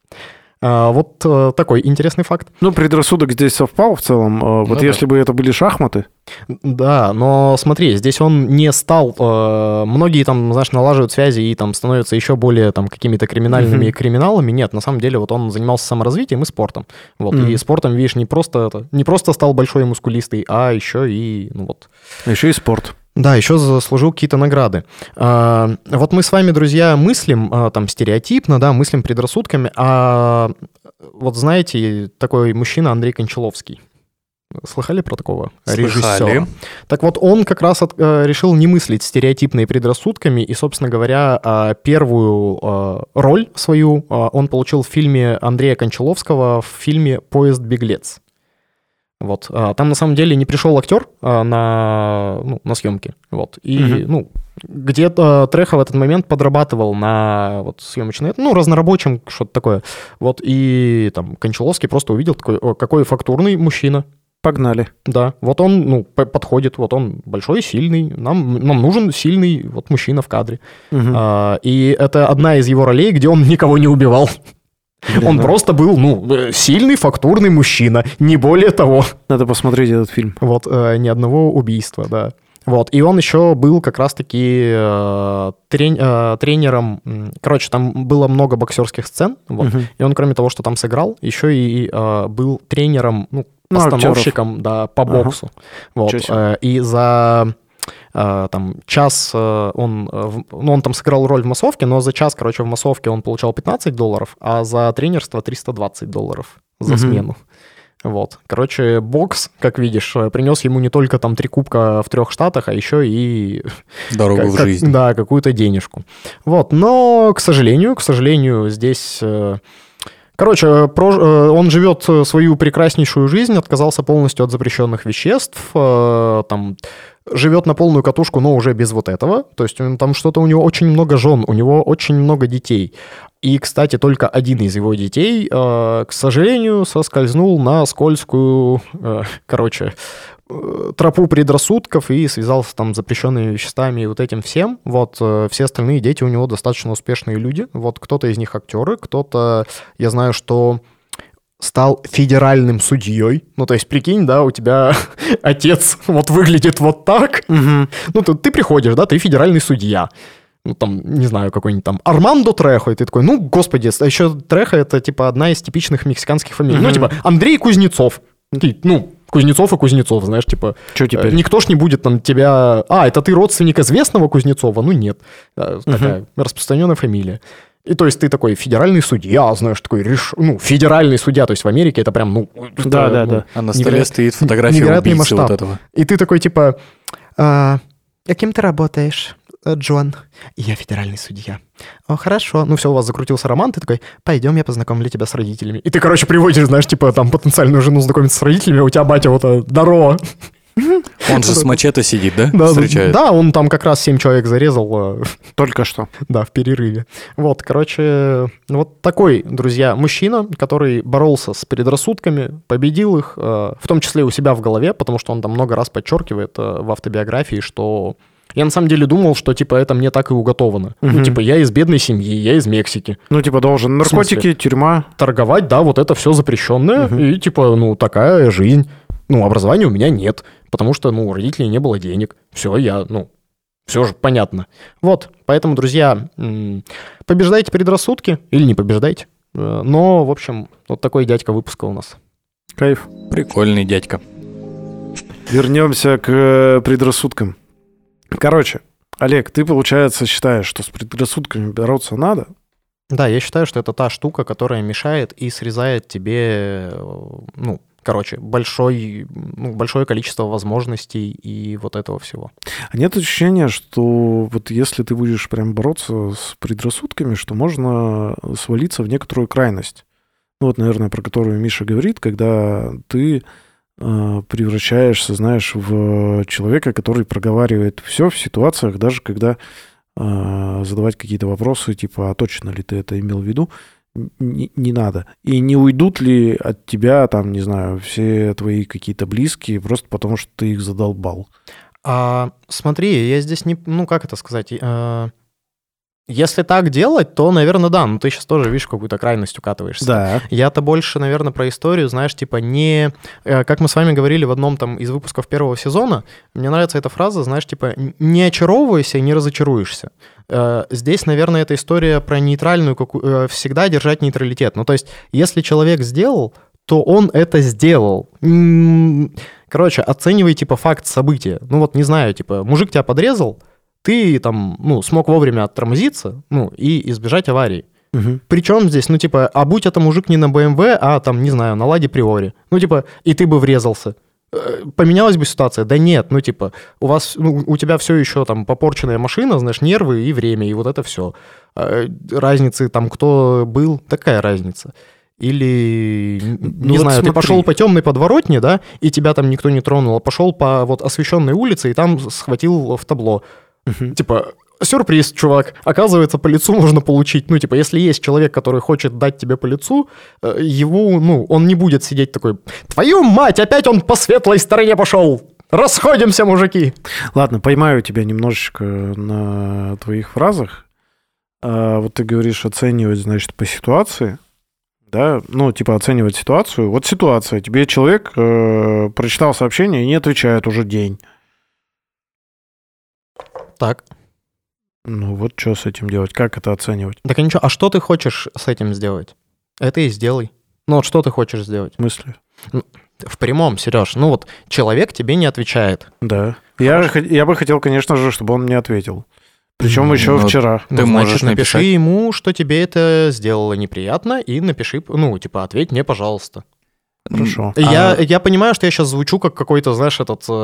Вот такой интересный факт. Предрассудок здесь совпал в целом. Вот если бы это были шахматы. Да, но смотри, здесь он не стал... Многие там, знаешь, налаживают связи и там становятся еще более там какими-то криминальными криминалами. Нет, на самом деле вот он занимался саморазвитием и спортом. Вот, и спортом, видишь, не просто стал большой и мускулистый, а еще и, Еще и спорт. Да, еще заслужил какие-то награды. Вот мы с вами, друзья, мыслим там стереотипно, да, мыслим предрассудками, а вот знаете, такой мужчина Андрей Кончаловский. Слыхали про такого режиссера? Так вот, он как раз решил не мыслить стереотипно и предрассудками, и, собственно говоря, первую роль свою он получил в фильме Андрея Кончаловского, в фильме «Поезд Беглец». Вот. Там, на самом деле, не пришел актер на съемки. Вот. И, где-то Трехо в этот момент подрабатывал на съемочной, разнорабочим, что-то такое. Вот. И там Кончаловский просто увидел такой, какой фактурный мужчина. Погнали. Да, вот он, ну, подходит, вот он большой, сильный, нам нужен сильный вот мужчина в кадре. И это одна из его ролей, где он никого не убивал. Он просто был, ну, сильный, фактурный мужчина, не более того. Надо посмотреть этот фильм. Вот, ни одного убийства, да. Вот, и он еще был как раз-таки тренером, короче, там было много боксерских сцен, вот, и он, кроме того, что там сыграл, еще и был тренером, ну, постановщиком, да, по боксу. Вот, и за там час он там сыграл роль в массовке, но за час, короче, в массовке он получал $15, а за тренерство $320 за смену. Вот. Короче, бокс, как видишь, принес ему не только там 3 кубка в 3 штатах, а еще и... Дорогу в жизнь. Да, какую-то денежку. Вот. Но, к сожалению, здесь... Короче, он живет свою прекраснейшую жизнь, отказался полностью от запрещенных веществ, там, живет на полную катушку, но уже без вот этого. То есть там что-то у него очень много жен, у него очень много детей. И, кстати, только один из его детей, к сожалению, соскользнул на скользкую, тропу предрассудков и связался там с запрещенными веществами и вот этим всем. Вот все остальные дети у него достаточно успешные люди. Вот кто-то из них актеры, кто-то, я знаю, что стал федеральным судьей. Ну, то есть, прикинь, да, у тебя отец вот выглядит вот так. Ну, ты приходишь, да, ты федеральный судья. Ну, там, не знаю, какой-нибудь там Армандо Трехо, и ты такой, ну, господи, а еще Трехо — это, типа, одна из типичных мексиканских фамилий. Ну, типа, Андрей Кузнецов. Ну, Кузнецов и Кузнецов, знаешь, типа... Что теперь? Никто ж не будет там тебя... это ты родственник известного Кузнецова? Ну, нет. Такая распространенная фамилия. И то есть ты такой федеральный судья, знаешь, такой, федеральный судья, то есть в Америке это прям, ну... Да. А на столе стоит фотография убийцы масштаб. вот этого. И ты такой, типа, кем ты работаешь, Джон? Я федеральный судья. О, хорошо. Ну все, у вас закрутился роман, ты такой, пойдем, я познакомлю тебя с родителями. И ты, короче, приводишь, знаешь, типа, там, потенциальную жену знакомиться с родителями, а у тебя батя вот, здорово. Он же с мачете сидит, да? Встречает. Да, он там как раз 7 человек зарезал. Только что. Да, в перерыве. Вот, короче, вот такой, друзья, мужчина, который боролся с предрассудками, победил их, в том числе у себя в голове, потому что он там много раз подчеркивает в автобиографии, что... Я на самом деле думал, что, типа, это мне так и уготовано. Ну, типа, я из бедной семьи, я из Мексики. Ну, типа, должен наркотики, тюрьма. Торговать, да, вот это все запрещенное. И, типа, ну, такая жизнь. Ну, образования у меня нет, потому что, ну, у родителей не было денег. Все, все же понятно. Вот, поэтому, друзья, побеждайте предрассудки или не побеждайте. Но, в общем, вот такой дядька выпуска у нас. Кайф. Прикольный дядька. Вернемся к предрассудкам. Короче, Олег, ты, получается, считаешь, что с предрассудками бороться надо? Да, я считаю, что это та штука, которая мешает и срезает тебе, ну, короче, большое количество возможностей и вот этого всего. А нет ощущения, что вот если ты будешь прям бороться с предрассудками, что можно свалиться в некоторую крайность? Ну вот, наверное, про которую Миша говорит, когда ты превращаешься, знаешь, в человека, который проговаривает все в ситуациях, даже когда задавать какие-то вопросы, типа, а точно ли ты это имел в виду, не надо. И не уйдут ли от тебя, там, не знаю, все твои какие-то близкие, просто потому что ты их задолбал? Смотри, я здесь не... Ну, как это сказать? Если так делать, то, наверное, да. Но ты сейчас тоже, видишь, в какую-то крайность укатываешься. Да. Я-то больше, наверное, про историю, знаешь, типа не... Как мы с вами говорили в одном там из выпусков первого сезона, мне нравится эта фраза, знаешь, типа не очаровывайся и не разочаруешься. Здесь, наверное, эта история про нейтральную, всегда держать нейтралитет. Ну, то есть, если человек сделал, то он это сделал. Короче, оценивай, типа, факт события. Ну, вот, не знаю, типа, мужик тебя подрезал, ты там, ну, смог вовремя оттормозиться, ну, и избежать аварии. Причем здесь, ну, типа, а будь это мужик не на BMW, а там, не знаю, на Ладе Приоре. Ну, типа, и ты бы врезался. Поменялась бы ситуация? Да нет, ну, типа, у тебя все еще там попорченная машина, знаешь, нервы и время, и вот это все. Разницы там, кто был, такая разница. Или, не знаю, ты пошел по темной подворотне, да, и тебя там никто не тронул, а пошел по вот освещенной улице и там схватил в табло. Типа, сюрприз, чувак. Оказывается, по лицу можно получить. Ну, типа, если есть человек, который хочет дать тебе по лицу, его, ну, он не будет сидеть такой: твою мать, опять он по светлой стороне пошел! Расходимся, мужики! Ладно, поймаю тебя немножечко на твоих фразах. Вот ты говоришь оценивать, значит, по ситуации. Да, ну, типа оценивать ситуацию. Вот ситуация. Тебе человек прочитал сообщение и не отвечает уже день. Так. Ну, вот что с этим делать? Как это оценивать? Так ничего, а что ты хочешь с этим сделать? Это и сделай. Ну, вот что ты хочешь сделать? В смысле? В прямом, Сереж. Ну, вот человек тебе не отвечает. Да. Я бы хотел, конечно же, чтобы он мне ответил. Причем еще вчера. Ты можешь напиши написать. ему, что тебе это сделало неприятно, и напиши, ну, типа, ответь мне, пожалуйста. Хорошо. Я понимаю, что я сейчас звучу как какой-то, знаешь,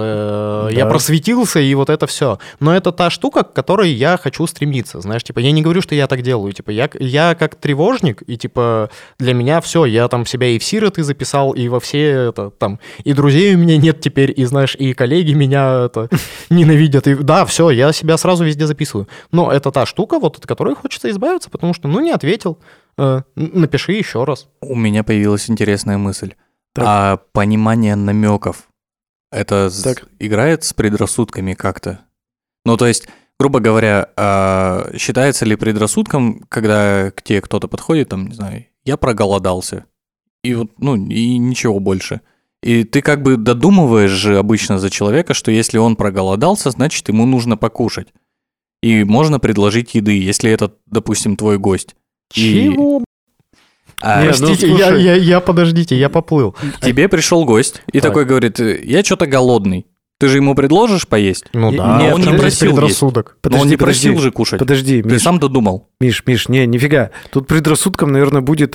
я просветился, и вот это все. Но это та штука, к которой я хочу стремиться. Знаешь, типа, я не говорю, что я так делаю. Типа, я как тревожник, и типа, для меня все, я там себя и в сироты записал, и во все это там, и друзей у меня нет теперь, и знаешь, и коллеги меня это ненавидят. И да, все, я себя сразу везде записываю. Но это та штука, вот от которой хочется избавиться, потому что, ну, не ответил. Напиши еще раз. У меня появилась интересная мысль. Так. А понимание намеков, это Так. играет с предрассудками как-то? Ну, то есть, грубо говоря, считается ли предрассудком, когда к тебе кто-то подходит, там, не знаю, я проголодался, и вот, ну, и ничего больше. И ты как бы додумываешь же обычно за человека, что если он проголодался, значит, ему нужно покушать. И можно предложить еды, если это, допустим, твой гость. Чего? Не, Простите, ну, слушай. я подождите, я поплыл. К тебе пришел гость и Так. такой говорит: я что-то голодный. Ты же ему предложишь поесть? Ну Не- да, нет, он он не не просил просил предрассудок. Но он не просил же кушать. Подожди, Ты Миш, сам додумал. Миш, не, нифига. Тут предрассудком, наверное, будет,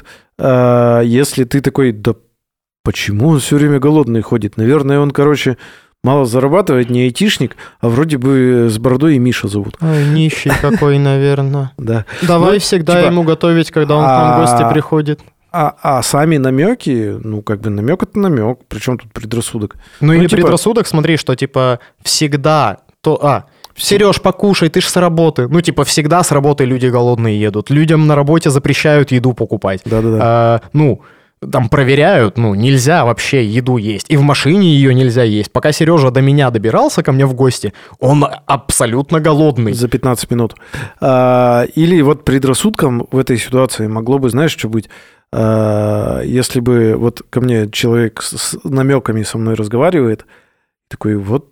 если ты такой: да почему он все время голодный ходит? Наверное, он, короче, мало зарабатывает, не айтишник, а вроде бы с бородой и Миша зовут. Ой, нищий какой, наверное. Да. Давай Ну, всегда типа, ему готовить, когда он к нам в гости приходит. А сами намеки, ну, как бы намек это намек. Причем тут предрассудок? Ну, или типа- предрассудок, смотри, что типа всегда Сереж, покушай, ты ж с работы. Ну, типа, всегда с работы люди голодные едут. Людям на работе запрещают еду покупать. Да-да-да. Там проверяют, нельзя вообще еду есть. И в машине ее нельзя есть. Пока Сережа до меня добирался ко мне в гости, он абсолютно голодный. За 15 минут. Или вот предрассудком в этой ситуации могло бы, знаешь, что быть? Если бы вот ко мне человек с намеками со мной разговаривает, такой вот,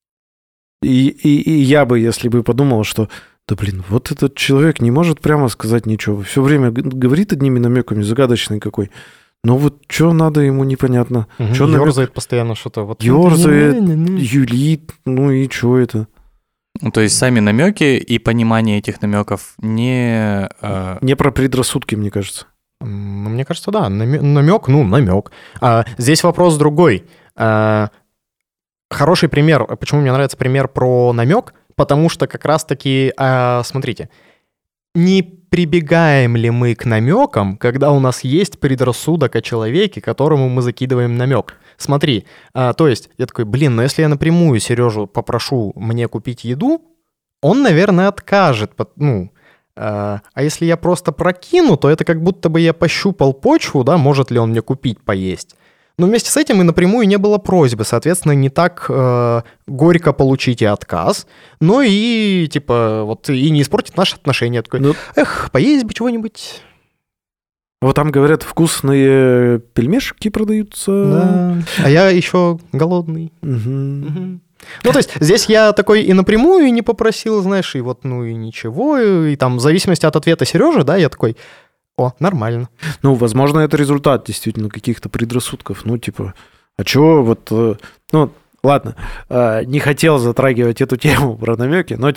и я бы, если бы подумал, что да блин, вот этот человек не может прямо сказать ничего, все время говорит одними намеками, загадочный какой. Но вот что надо ему, непонятно. Чё Ёрзает постоянно что-то. Вот. Ёрзает, юлит, ну и что это? Ну, то есть сами намеки и понимание этих намеков не... Не про предрассудки, мне кажется. Мне кажется, да. Намек. Здесь вопрос другой. Хороший пример. Почему мне нравится пример про намек? Потому что как раз-таки, смотрите, не прибегаем ли мы к намекам, когда у нас есть предрассудок о человеке, которому мы закидываем намек? Смотри, то есть я такой, но если я напрямую Сережу попрошу мне купить еду, он, наверное, откажет. А если я просто прокину, то это как будто бы я пощупал почву, да, может ли он мне купить поесть. Но вместе с этим и напрямую не было просьбы, соответственно, не так горько получите отказ, но и, и не испортит наши отношения. Такой, поесть бы чего-нибудь. Вот там, говорят, вкусные пельмешки продаются. Да. А я еще голодный. Угу. Ну, то есть здесь я такой и напрямую не попросил, знаешь, и вот, и ничего, и там в зависимости от ответа Сережи, да, я такой... нормально. Возможно, это результат действительно каких-то предрассудков. А чего вот... ладно, не хотел затрагивать эту тему про намеки, но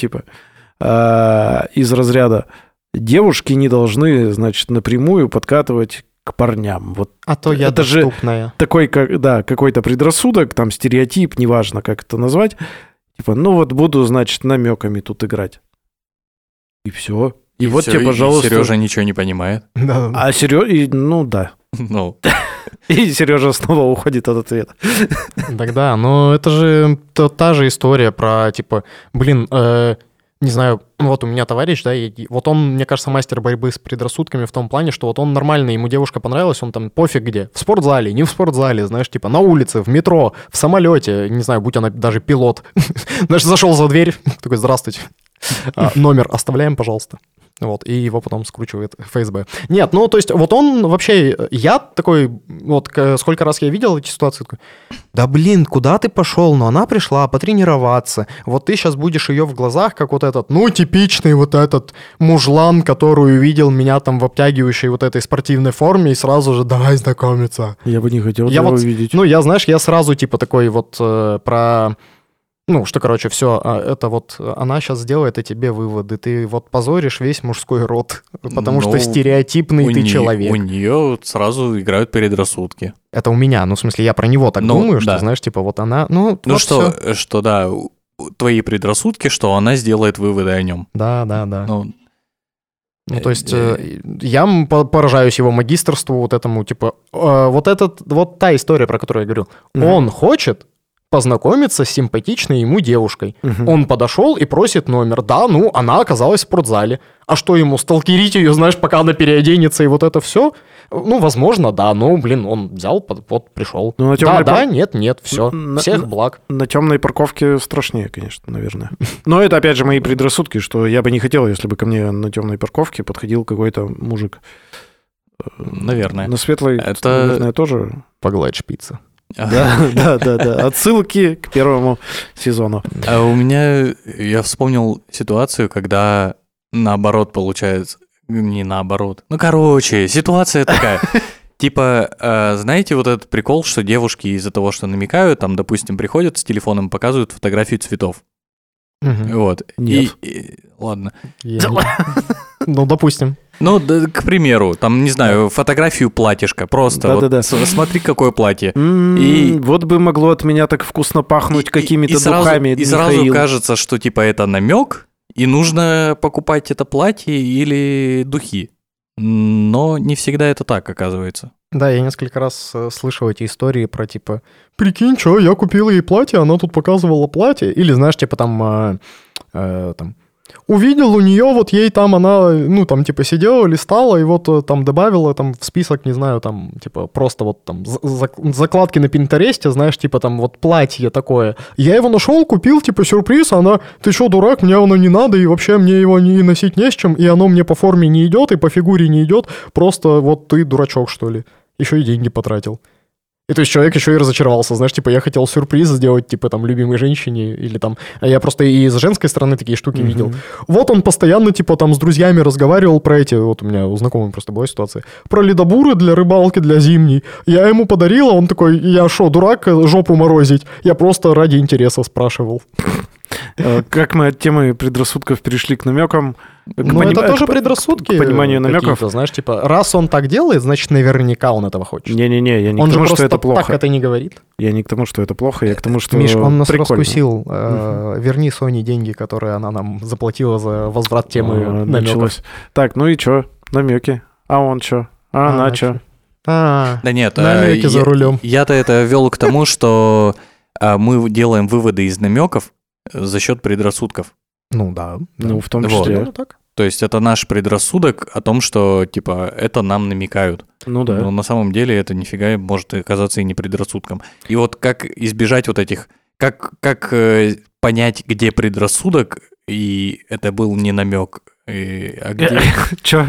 из разряда девушки не должны, значит, напрямую подкатывать к парням. Вот а то я это доступная. Же такой, какой-то предрассудок, там стереотип, неважно, как это назвать. Буду, значит, намеками тут играть. И все. И вот всё, тебе, пожалуйста. И Сережа ничего не понимает. Да. А Сережа, да. И Сережа снова уходит от ответа. Тогда, но это же та же история про, Не знаю, вот у меня товарищ, да, вот он, мне кажется, мастер борьбы с предрассудками в том плане, что вот он нормальный, ему девушка понравилась, он там пофиг где, в спортзале, не в спортзале, знаешь, типа на улице, в метро, в самолете, не знаю, будь она даже пилот. Знаешь, зашел за дверь, такой, здравствуйте, номер оставляем, пожалуйста. Вот, и его потом скручивает ФСБ. Нет, ну, то есть, вот он вообще, я такой, вот, сколько раз я видел эти ситуации, такой, да, блин, куда ты пошел? Ну, она пришла потренироваться, вот ты сейчас будешь ее в глазах, как вот этот, ну, типичный вот этот мужлан, который увидел меня там в обтягивающей вот этой спортивной форме, и сразу же, давай знакомиться. Я бы не хотел Я этого вот, увидеть. ну, я, знаешь, я сразу, типа, такой вот про... Ну, что, короче, все, это вот она сейчас сделает о тебе выводы. Ты вот позоришь весь мужской род, потому что стереотипный ты человек. У нее сразу играют предрассудки. Это у меня, ну, в смысле, я про него так думаю, что, знаешь, типа, вот она, ну, ну вот что, всё. что, да, твои предрассудки, что она сделает выводы о нем. Да. Ну, то есть я поражаюсь его магистерству вот этому, типа, вот та история, про которую я говорил. Он хочет познакомиться с симпатичной ему девушкой. Он подошел и просит номер. Да, ну, она оказалась в спортзале. А что ему, сталкерить ее, знаешь, пока она переоденется и вот это все? Ну, возможно, да, но, блин, он взял, вот, пришел. Ну, да, нет, все, всех благ. На темной парковке страшнее, конечно, наверное. Но это, опять же, мои предрассудки, что я бы не хотел, если бы ко мне на темной парковке подходил какой-то мужик. Наверное. На светлой, это... наверное, тоже... Погладь шпица. Да. Отсылки к первому сезону. А у меня, я вспомнил ситуацию, когда наоборот получается, не наоборот. Ну, короче, ситуация такая. Типа, знаете, вот этот прикол, что девушки из-за того, что намекают, там, допустим, приходят с телефоном, показывают фотографию цветов. Вот. Нет. Ладно. Ну, допустим. Ну, да, к примеру, там, не знаю, фотографию платьишка, просто Да. Смотри, какое платье. И вот бы могло от меня так вкусно пахнуть какими-то духами. И сразу кажется, что типа это намек, и нужно покупать это платье или духи. Но не всегда это так, оказывается. Да, я несколько раз слышал эти истории про, типа, прикинь, что, я купил ей платье, она тут показывала платье. Или, знаешь, типа, там увидел у нее, вот ей там она, ну, там, типа, сидела, листала, и вот там добавила там в список, не знаю, там, типа, просто вот там закладки на Пинтересте, знаешь, типа, там, вот платье такое. Я его нашел, купил, типа, сюрприз, она, ты что, дурак, мне оно не надо, и вообще мне его не носить не с чем, и оно мне по форме не идет, и по фигуре не идет, просто вот ты дурачок, что ли. Еще и деньги потратил. И то есть человек еще и разочаровался, знаешь, типа, я хотел сюрприз сделать, типа, там, любимой женщине, или там, а я просто и с женской стороны такие штуки видел. Вот он постоянно, типа, там, с друзьями разговаривал про эти, вот у меня у знакомых просто была ситуация, про ледобуры для рыбалки, для зимней. Я ему подарила, он такой, я шо, дурак, жопу морозить? Я просто ради интереса спрашивал. Как мы от темы предрассудков перешли к намекам? Ну, это тоже предрассудки. К пониманию намеков. Знаешь, типа, раз он так делает, значит, наверняка он этого хочет. Не-не-не, я не он к тому, же что это плохо. Он так это не говорит. Я не к тому, что это плохо, я к тому, что Миш, он нас прикольно. раскусил. Верни Соне деньги, которые она нам заплатила за возврат темы намеков. Так, ну и чё? Намеки. А он чё? А она чё? Да нет, намеки за рулем. Я-то это вел к тому, что мы делаем выводы из намеков за счет предрассудков. Ну да. Ну, в том числе. Вот. То есть это наш предрассудок о том, что, типа, это нам намекают. Ну да. Но на самом деле это нифига может оказаться и не предрассудком. И вот как избежать вот этих... Как понять, где предрассудок, и это был не намек, а где... Чё?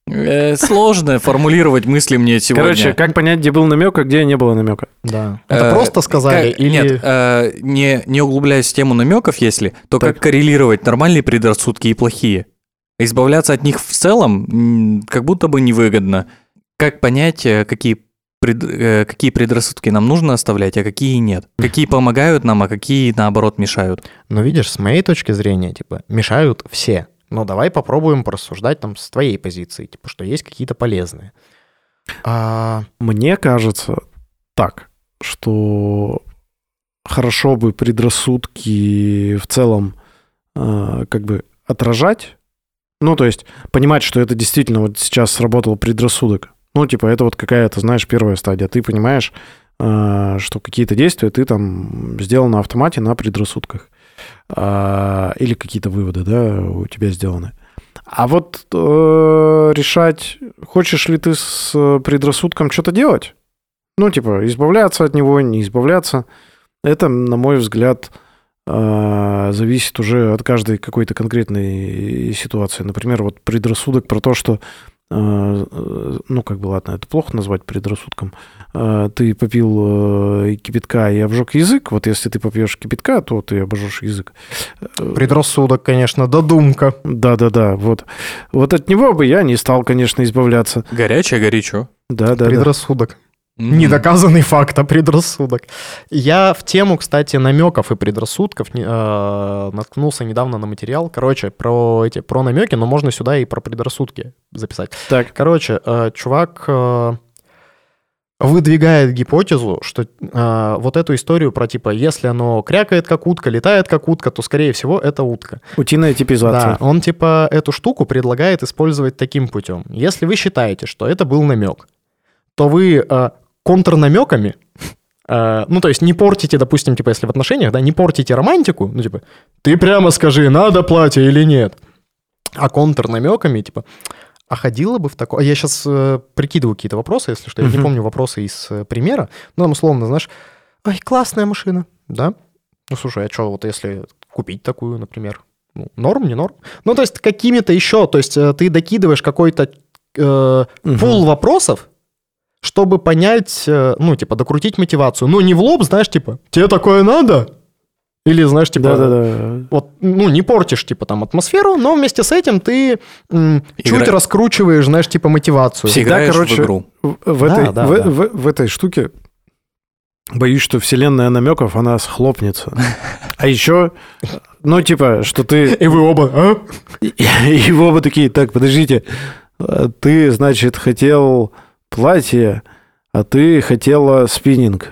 Сложно формулировать мысли мне сегодня. Короче, как понять, где был намек, а где не было намека? Да. Это просто сказали или... Нет, не углубляясь в тему намеков, если, то как коррелировать нормальные предрассудки и плохие? Избавляться от них в целом как будто бы невыгодно. Как понять, какие предрассудки нам нужно оставлять, а какие нет? Какие помогают нам, а какие, наоборот, мешают? Ну, видишь, с моей точки зрения, типа, мешают все. Но давай попробуем порассуждать там с твоей позиции, типа, что есть какие-то полезные. Мне кажется так, что хорошо бы предрассудки в целом как бы отражать. Ну, то есть понимать, что это действительно вот сейчас сработал предрассудок. Ну, типа, это вот какая-то, знаешь, первая стадия. Ты понимаешь, что какие-то действия ты там сделал на автомате, на предрассудках. или какие-то выводы, да, у тебя сделаны. А вот решать, хочешь ли ты с предрассудком что-то делать, ну, типа, избавляться от него, не избавляться, это, на мой взгляд, зависит уже от каждой какой-то конкретной ситуации. Например, вот предрассудок про то, что, ну, как бы, ладно, это плохо назвать предрассудком. Ты попил кипятка и обжег язык. Вот если ты попьешь кипятка, то ты обожжешь язык. Предрассудок, конечно, додумка. Да-да-да, вот. Вот от него бы я не стал, конечно, избавляться. Горячее, горячо. Да-да-да. Предрассудок. Недоказанный факт, а предрассудок. Я в тему, кстати, намеков и предрассудков наткнулся недавно на материал. Короче, про намеки, но можно сюда и про предрассудки записать. Так. Короче, чувак выдвигает гипотезу, что вот эту историю про, типа, если оно крякает как утка, летает как утка, то, скорее всего, это утка. Утиная типизация. Да, он, типа, эту штуку предлагает использовать таким путем. Если вы считаете, что это был намек, то вы контрнамеками, ну, то есть не портите, допустим, типа, если в отношениях, да, не портите романтику, ну, типа, ты прямо скажи, надо платье или нет, а контрнамеками, типа, а ходила бы в такое... Я сейчас прикидываю какие-то вопросы, если что, я не помню вопросы из примера, ну, там, условно, знаешь, ой, классная машина, да, ну, слушай, а что, вот если купить такую, например, ну, норм, не норм? Ну, то есть какими-то еще, то есть ты докидываешь какой-то пул вопросов, чтобы понять, ну, типа, докрутить мотивацию. Ну, не в лоб, знаешь, типа, тебе такое надо? Или, знаешь, типа, вот, ну, не портишь, типа, там, атмосферу, но вместе с этим ты чуть раскручиваешь, знаешь, типа, мотивацию. Всегда, короче, в игру. В этой штуке боюсь, что вселенная намеков, она схлопнется. А еще, ну, типа, что ты... И вы оба, а? И вы оба такие, так, подождите, ты, значит, хотел... платье, а ты хотела спиннинг.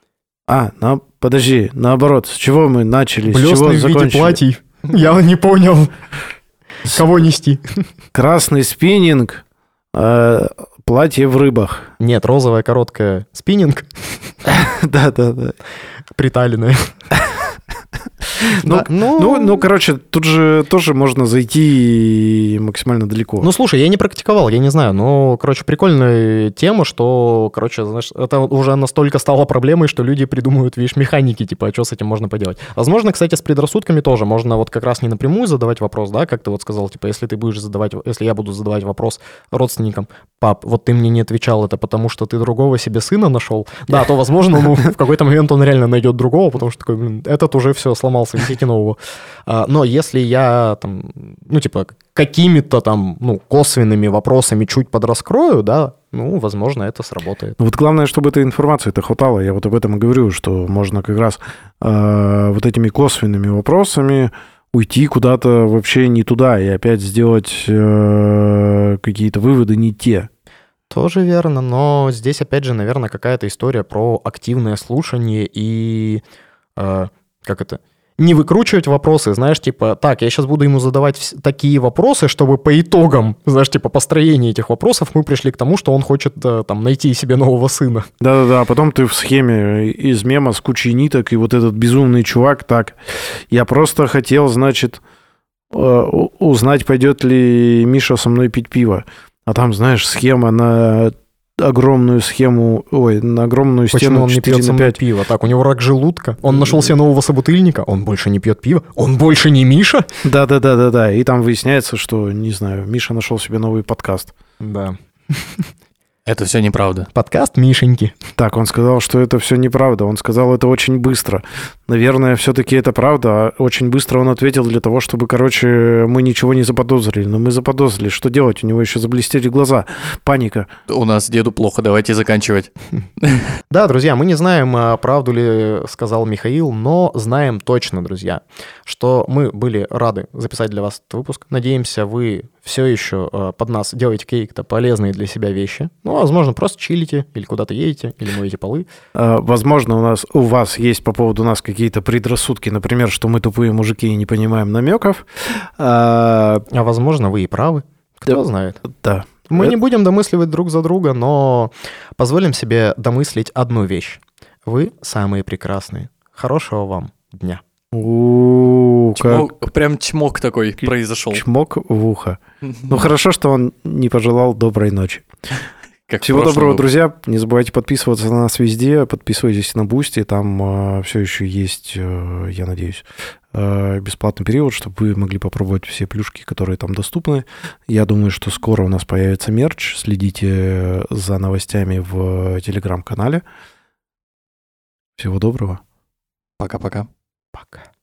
Подожди, наоборот, с чего мы начали, с чего закончили? В виде платьей. Я не понял, кого нести. Красный спиннинг, платье в рыбах. Нет, розовая короткая спиннинг. Да-да-да. Приталенная. Ну, короче, тут же тоже можно зайти максимально далеко. Ну, слушай, я не практиковал, я не знаю, но, короче, прикольная тема, что, короче, знаешь, это уже настолько стало проблемой, что люди придумывают, видишь, механики, типа, а что с этим можно поделать. Возможно, кстати, с предрассудками тоже можно вот как раз не напрямую задавать вопрос, да, как ты вот сказал, типа, если я буду задавать вопрос родственникам, пап, вот ты мне не отвечал, это потому что ты другого себе сына нашел, да, то, возможно, ну, в какой-то момент он реально найдет другого, потому что такой, блин, этот уже все сломался, ищите нового. Но если я там, ну, типа, какими-то там, ну, косвенными вопросами чуть подраскрою, да, ну, возможно, это сработает. Вот главное, чтобы этой информации-то хватало. Я вот об этом и говорю, что можно как раз вот этими косвенными вопросами уйти куда-то вообще не туда и опять сделать какие-то выводы не те. Тоже верно, но здесь, опять же, наверное, какая-то история про активное слушание и, не выкручивать вопросы, знаешь, типа, так, я сейчас буду ему задавать такие вопросы, чтобы по итогам, знаешь, типа, построения этих вопросов мы пришли к тому, что он хочет там найти себе нового сына. Да-да-да, а потом ты в схеме из мема с кучей ниток, и вот этот безумный чувак, так, я просто хотел, значит, узнать, пойдет ли Миша со мной пить пиво. А там, знаешь, схема на огромную схему, на огромную стену 4 на 5. Почему он не пьет со мной пиво? Так, у него рак желудка, он нашел себе нового собутыльника, он больше не пьет пиво, он больше не Миша? Да, и там выясняется, что, не знаю, Миша нашел себе новый подкаст. Да. Это все неправда. Подкаст Мишеньки. Так, он сказал, что это все неправда. Он сказал это очень быстро. Наверное, все-таки это правда. А очень быстро он ответил для того, чтобы, короче, мы ничего не заподозрили. Но мы заподозрили. Что делать? У него еще заблестели глаза. Паника. У нас деду плохо, давайте заканчивать. Да, друзья, мы не знаем, правду ли сказал Михаил, но знаем точно, друзья, что мы были рады записать для вас этот выпуск. Надеемся, вы все еще под нас делаете какие-то полезные для себя вещи. Ну, возможно, просто чилите, или куда-то едете, или моете полы. Возможно, у вас есть по поводу нас какие-то предрассудки, например, что мы тупые мужики и не понимаем намеков. А возможно, вы и правы. Кто знает. Да. Мы не будем домысливать друг за друга, но позволим себе домыслить одну вещь. Вы самые прекрасные. Хорошего вам дня. Фу, как... Прям чмок такой произошел. Чмок в ухо. Ну, хорошо, что он не пожелал доброй ночи. Как Всего доброго, друзья. Не забывайте подписываться на нас везде. Подписывайтесь на Boosty. Там все еще есть, я надеюсь, бесплатный период, чтобы вы могли попробовать все плюшки, которые там доступны. Я думаю, что скоро у нас появится мерч. Следите за новостями в Телеграм-канале. Всего доброго. Пока-пока. Пока.